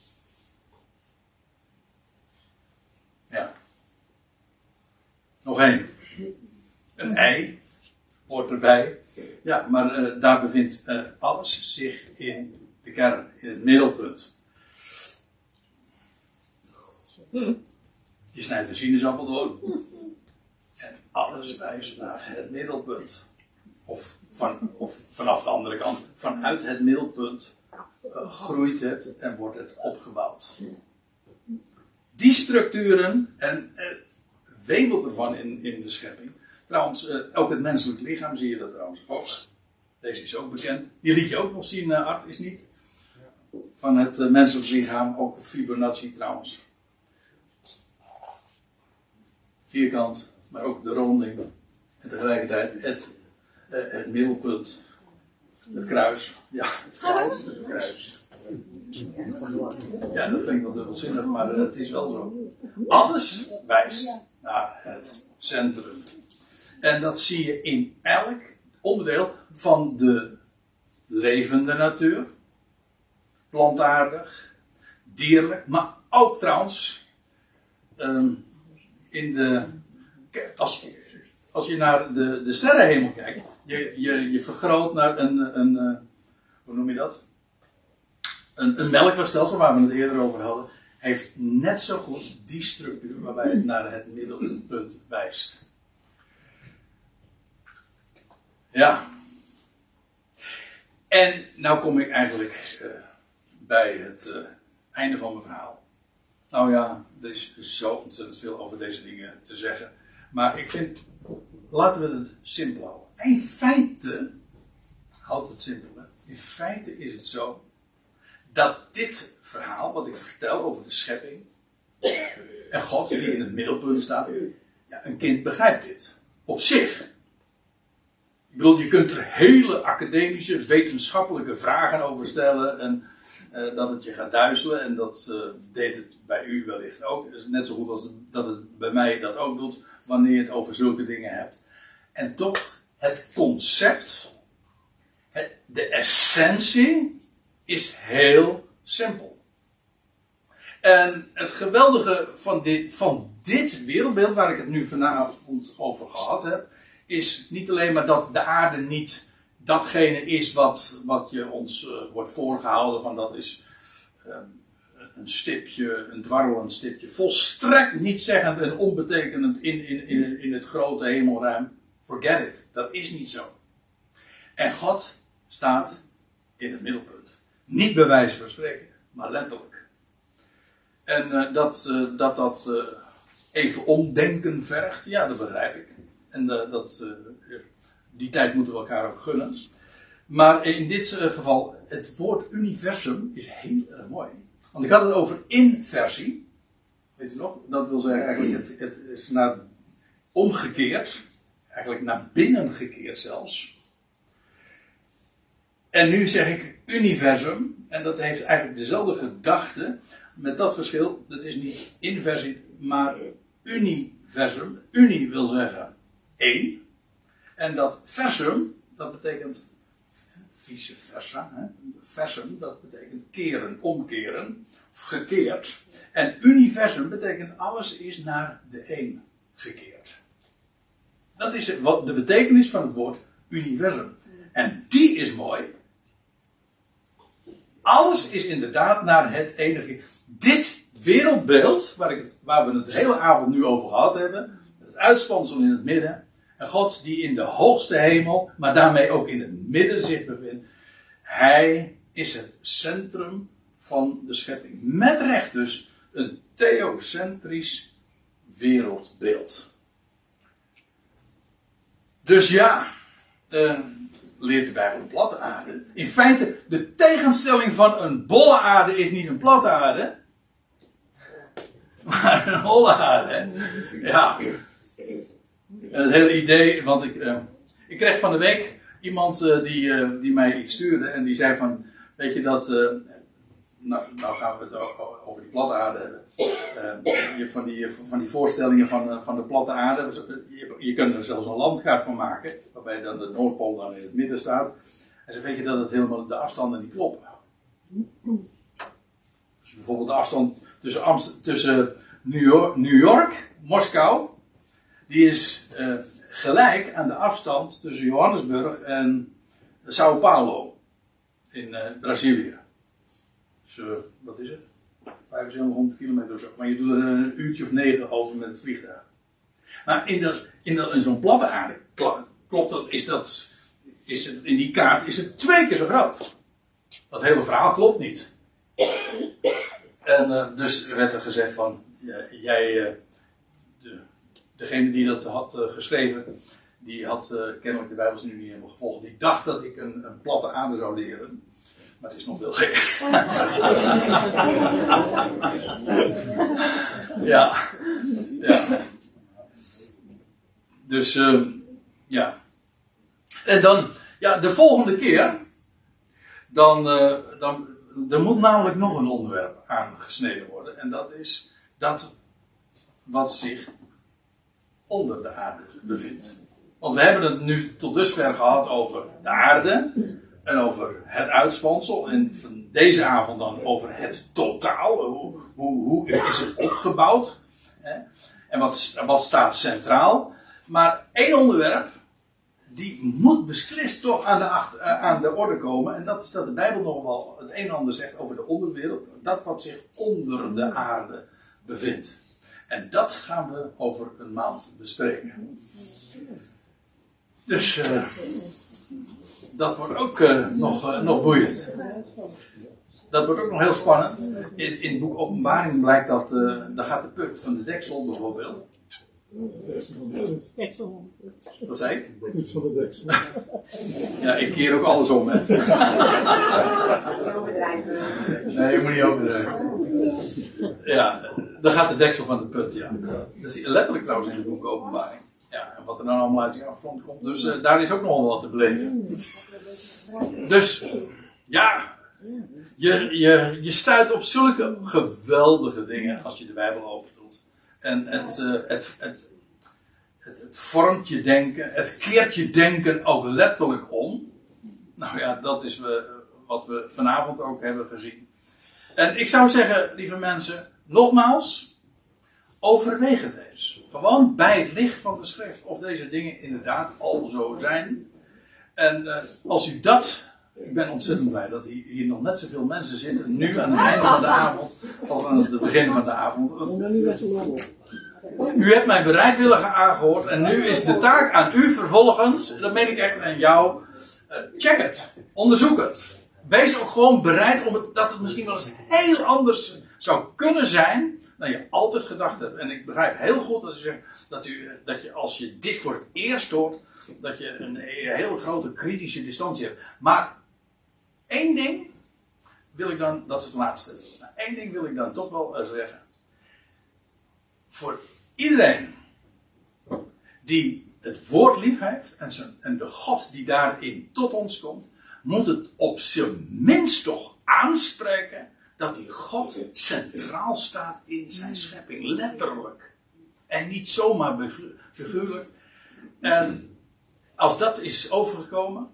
Ja. Nog één. Een ei hoort erbij. Ja, maar uh, daar bevindt uh, alles zich in de kern, in het middelpunt. Je snijdt een sinaasappel door. En alles wijst naar het middelpunt. Of, van, of vanaf de andere kant, vanuit het middelpunt uh, groeit het en wordt het opgebouwd. Die structuren, en het wemelt ervan in, in de schepping. Trouwens, uh, ook het menselijk lichaam zie je dat trouwens ook. Deze is ook bekend. Die liet je ook nog zien, uh, Art, is niet? Van het uh, menselijk lichaam, ook Fibonacci trouwens. Vierkant, maar ook de ronding. En tegelijkertijd het, uh, het middelpunt. Het kruis. Ja, het kruis. Het kruis. Ja, dat klinkt wel dubbelzinnig, maar het is wel zo. Alles wijst naar het centrum. En dat zie je in elk onderdeel van de levende natuur. Plantaardig, dierlijk, maar ook trouwens um, in de, als je, als je naar de, de sterrenhemel kijkt, je, je, je vergroot naar een, een, uh, hoe noem je dat? Een, een melkwegstelsel waar we het eerder over hadden, heeft net zo goed die structuur waarbij het naar het middelpunt wijst. Ja. En nou kom ik eigenlijk uh, bij het uh, einde van mijn verhaal. Nou ja, er is zo ontzettend veel over deze dingen te zeggen. Maar ik vind, laten we het simpel houden. In feite, houd het simpel. Hè? In feite is het zo dat dit verhaal, wat ik vertel over de schepping en God die in het middelpunt staat, ja, een kind begrijpt dit. Op zich. Ik bedoel, je kunt er hele academische, wetenschappelijke vragen over stellen en uh, dat het je gaat duizelen en dat uh, deed het bij u wellicht ook. Het is net zo goed als het, dat het bij mij dat ook doet wanneer je het over zulke dingen hebt. En toch, het concept, het, de essentie is heel simpel. En het geweldige van dit, van dit wereldbeeld waar ik het nu vanavond over gehad heb, is niet alleen maar dat de aarde niet datgene is wat, wat je ons uh, wordt voorgehouden van dat is uh, een stipje, een dwarrelend stipje, volstrekt niet zeggend en onbetekenend in, in, in, in het grote hemelruim. Forget it, dat is niet zo. En God staat in het middelpunt. Niet bij wijze van spreken, maar letterlijk. En uh, dat, uh, dat dat uh, even omdenken vergt, ja, dat begrijp ik. En uh, dat, uh, die tijd moeten we elkaar ook gunnen. Maar in dit uh, geval, het woord universum is heel erg mooi. Want ik had het over inversie. Weet je nog? Dat wil zeggen eigenlijk, het, het is naar omgekeerd. Eigenlijk naar binnen gekeerd zelfs. En nu zeg ik universum. En dat heeft eigenlijk dezelfde gedachte. Met dat verschil, dat is niet inversie, maar universum. Uni wil zeggen één. En dat versum, dat betekent vice versa. Hè? Versum, dat betekent keren, omkeren. Of gekeerd. En universum betekent alles is naar de één gekeerd. Dat is wat de betekenis van het woord universum. En die is mooi. Alles is inderdaad naar het enige. Dit wereldbeeld, waar, ik, waar we het de hele avond nu over gehad hebben, het uitspansel in het midden, en God die in de hoogste hemel, maar daarmee ook in het midden zich bevindt, hij is het centrum van de schepping. Met recht dus een theocentrisch wereldbeeld. Dus ja, uh, leert de Bijbel een platte aarde. In feite, de tegenstelling van een bolle aarde is niet een platte aarde, maar een holle aarde. Ja. En het hele idee, want ik, uh, ik kreeg van de week iemand uh, die, uh, die mij iets stuurde en die zei van, weet je dat, uh, nou, nou gaan we het over die platte aarde hebben. Uh, je hebt van die, van die voorstellingen van, uh, van de platte aarde, je, je kunt er zelfs een landkaart van maken, waarbij dan de Noordpool dan in het midden staat. En ze weet je dat het helemaal de afstanden niet kloppen. Dus bijvoorbeeld de afstand tussen, Amst- tussen New York, New York, Moskou, die is uh, gelijk aan de afstand tussen Johannesburg en Sao Paulo in uh, Brazilië. Dus uh, wat is het? vijfenzeventighonderd kilometer of zo. Maar je doet er een uurtje of negen over met het vliegtuig. Maar in, dat, in, dat, in zo'n platte aarde klopt dat, is dat, is het, in die kaart is het twee keer zo groot. dat hele verhaal klopt niet. En uh, dus werd er gezegd van, ja, jij, uh, de, degene die dat had uh, geschreven, die had uh, kennelijk de Bijbels nu niet helemaal gevolgd. Die dacht dat ik een, een platte aarde zou leren. Maar het is nog veel gekker. ja. ja. Dus, uh, ja. En dan, ja, de volgende keer, dan, uh, dan, er moet namelijk nog een onderwerp aangesneden worden. En dat is dat wat zich onder de aarde bevindt. Want we hebben het nu tot dusver gehad over de aarde en over het uitspansel. En van deze avond dan over het totaal. Hoe, hoe, hoe is het opgebouwd? Hè? En wat, wat staat centraal? Maar één onderwerp, die moet beslist toch aan de, achter, aan de orde komen. En dat is dat de Bijbel nog wel het een en ander zegt over de onderwereld. Dat wat zich onder de aarde bevindt. En dat gaan we over een maand bespreken. Dus uh, dat wordt ook uh, nog, uh, nog boeiend. Dat wordt ook nog heel spannend. In, in het boek Openbaring blijkt dat, uh, daar gaat de put van de deksel bijvoorbeeld. Wat zei ik? Iets van de deksel. Ja, ik keer ook alles om, hè. Nee, je moet niet overdrijven. Ja, dan gaat de deksel van de put, ja. Dat is letterlijk trouwens in het boek Openbaring. Ja, en wat er dan allemaal uit die afgrond komt. Dus uh, daar is ook nog wel wat te beleven. Dus, ja. Je, je, je stuit op zulke geweldige dingen als je de Bijbel open doet. En het, uh, het, het, het, het vormt je denken, het keert je denken ook letterlijk om. Nou ja, dat is uh, wat we vanavond ook hebben gezien. En ik zou zeggen, lieve mensen, nogmaals, overweeg het eens. Gewoon bij het licht van de schrift of deze dingen inderdaad al zo zijn. En uh, als u dat... Ik ben ontzettend blij dat hier nog net zoveel mensen zitten, nu aan het einde van de avond, als aan het begin van de avond. U hebt mij bereidwillig aangehoord en nu is de taak aan u vervolgens, dat meen ik echt aan jou, uh, check het, onderzoek het. Wees ook gewoon bereid om het, dat het misschien wel eens heel anders zou kunnen zijn dan je altijd gedacht hebt. En ik begrijp heel goed dat u zegt dat, u, dat je als je dit voor het eerst hoort, dat je een hele grote kritische distantie hebt. Maar één ding wil ik dan, dat is het laatste. Eén ding wil ik dan toch wel zeggen. Voor iedereen die het woord lief heeft en, zijn, en de God die daarin tot ons komt, moet het op zijn minst toch aanspreken dat die God centraal staat in zijn schepping. Letterlijk. En niet zomaar figuurlijk. En als dat is overgekomen,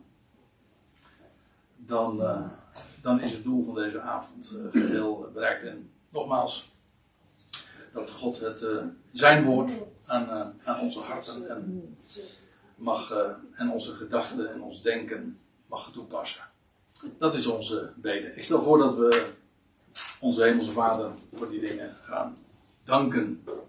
dan, uh, dan is het doel van deze avond uh, geheel bereikt. En nogmaals, dat God het, uh, zijn woord aan, uh, aan onze harten en, mag, uh, en onze gedachten en ons denken mag toepassen. Dat is onze bede. Ik stel voor dat we onze Hemelse Vader voor die dingen gaan danken.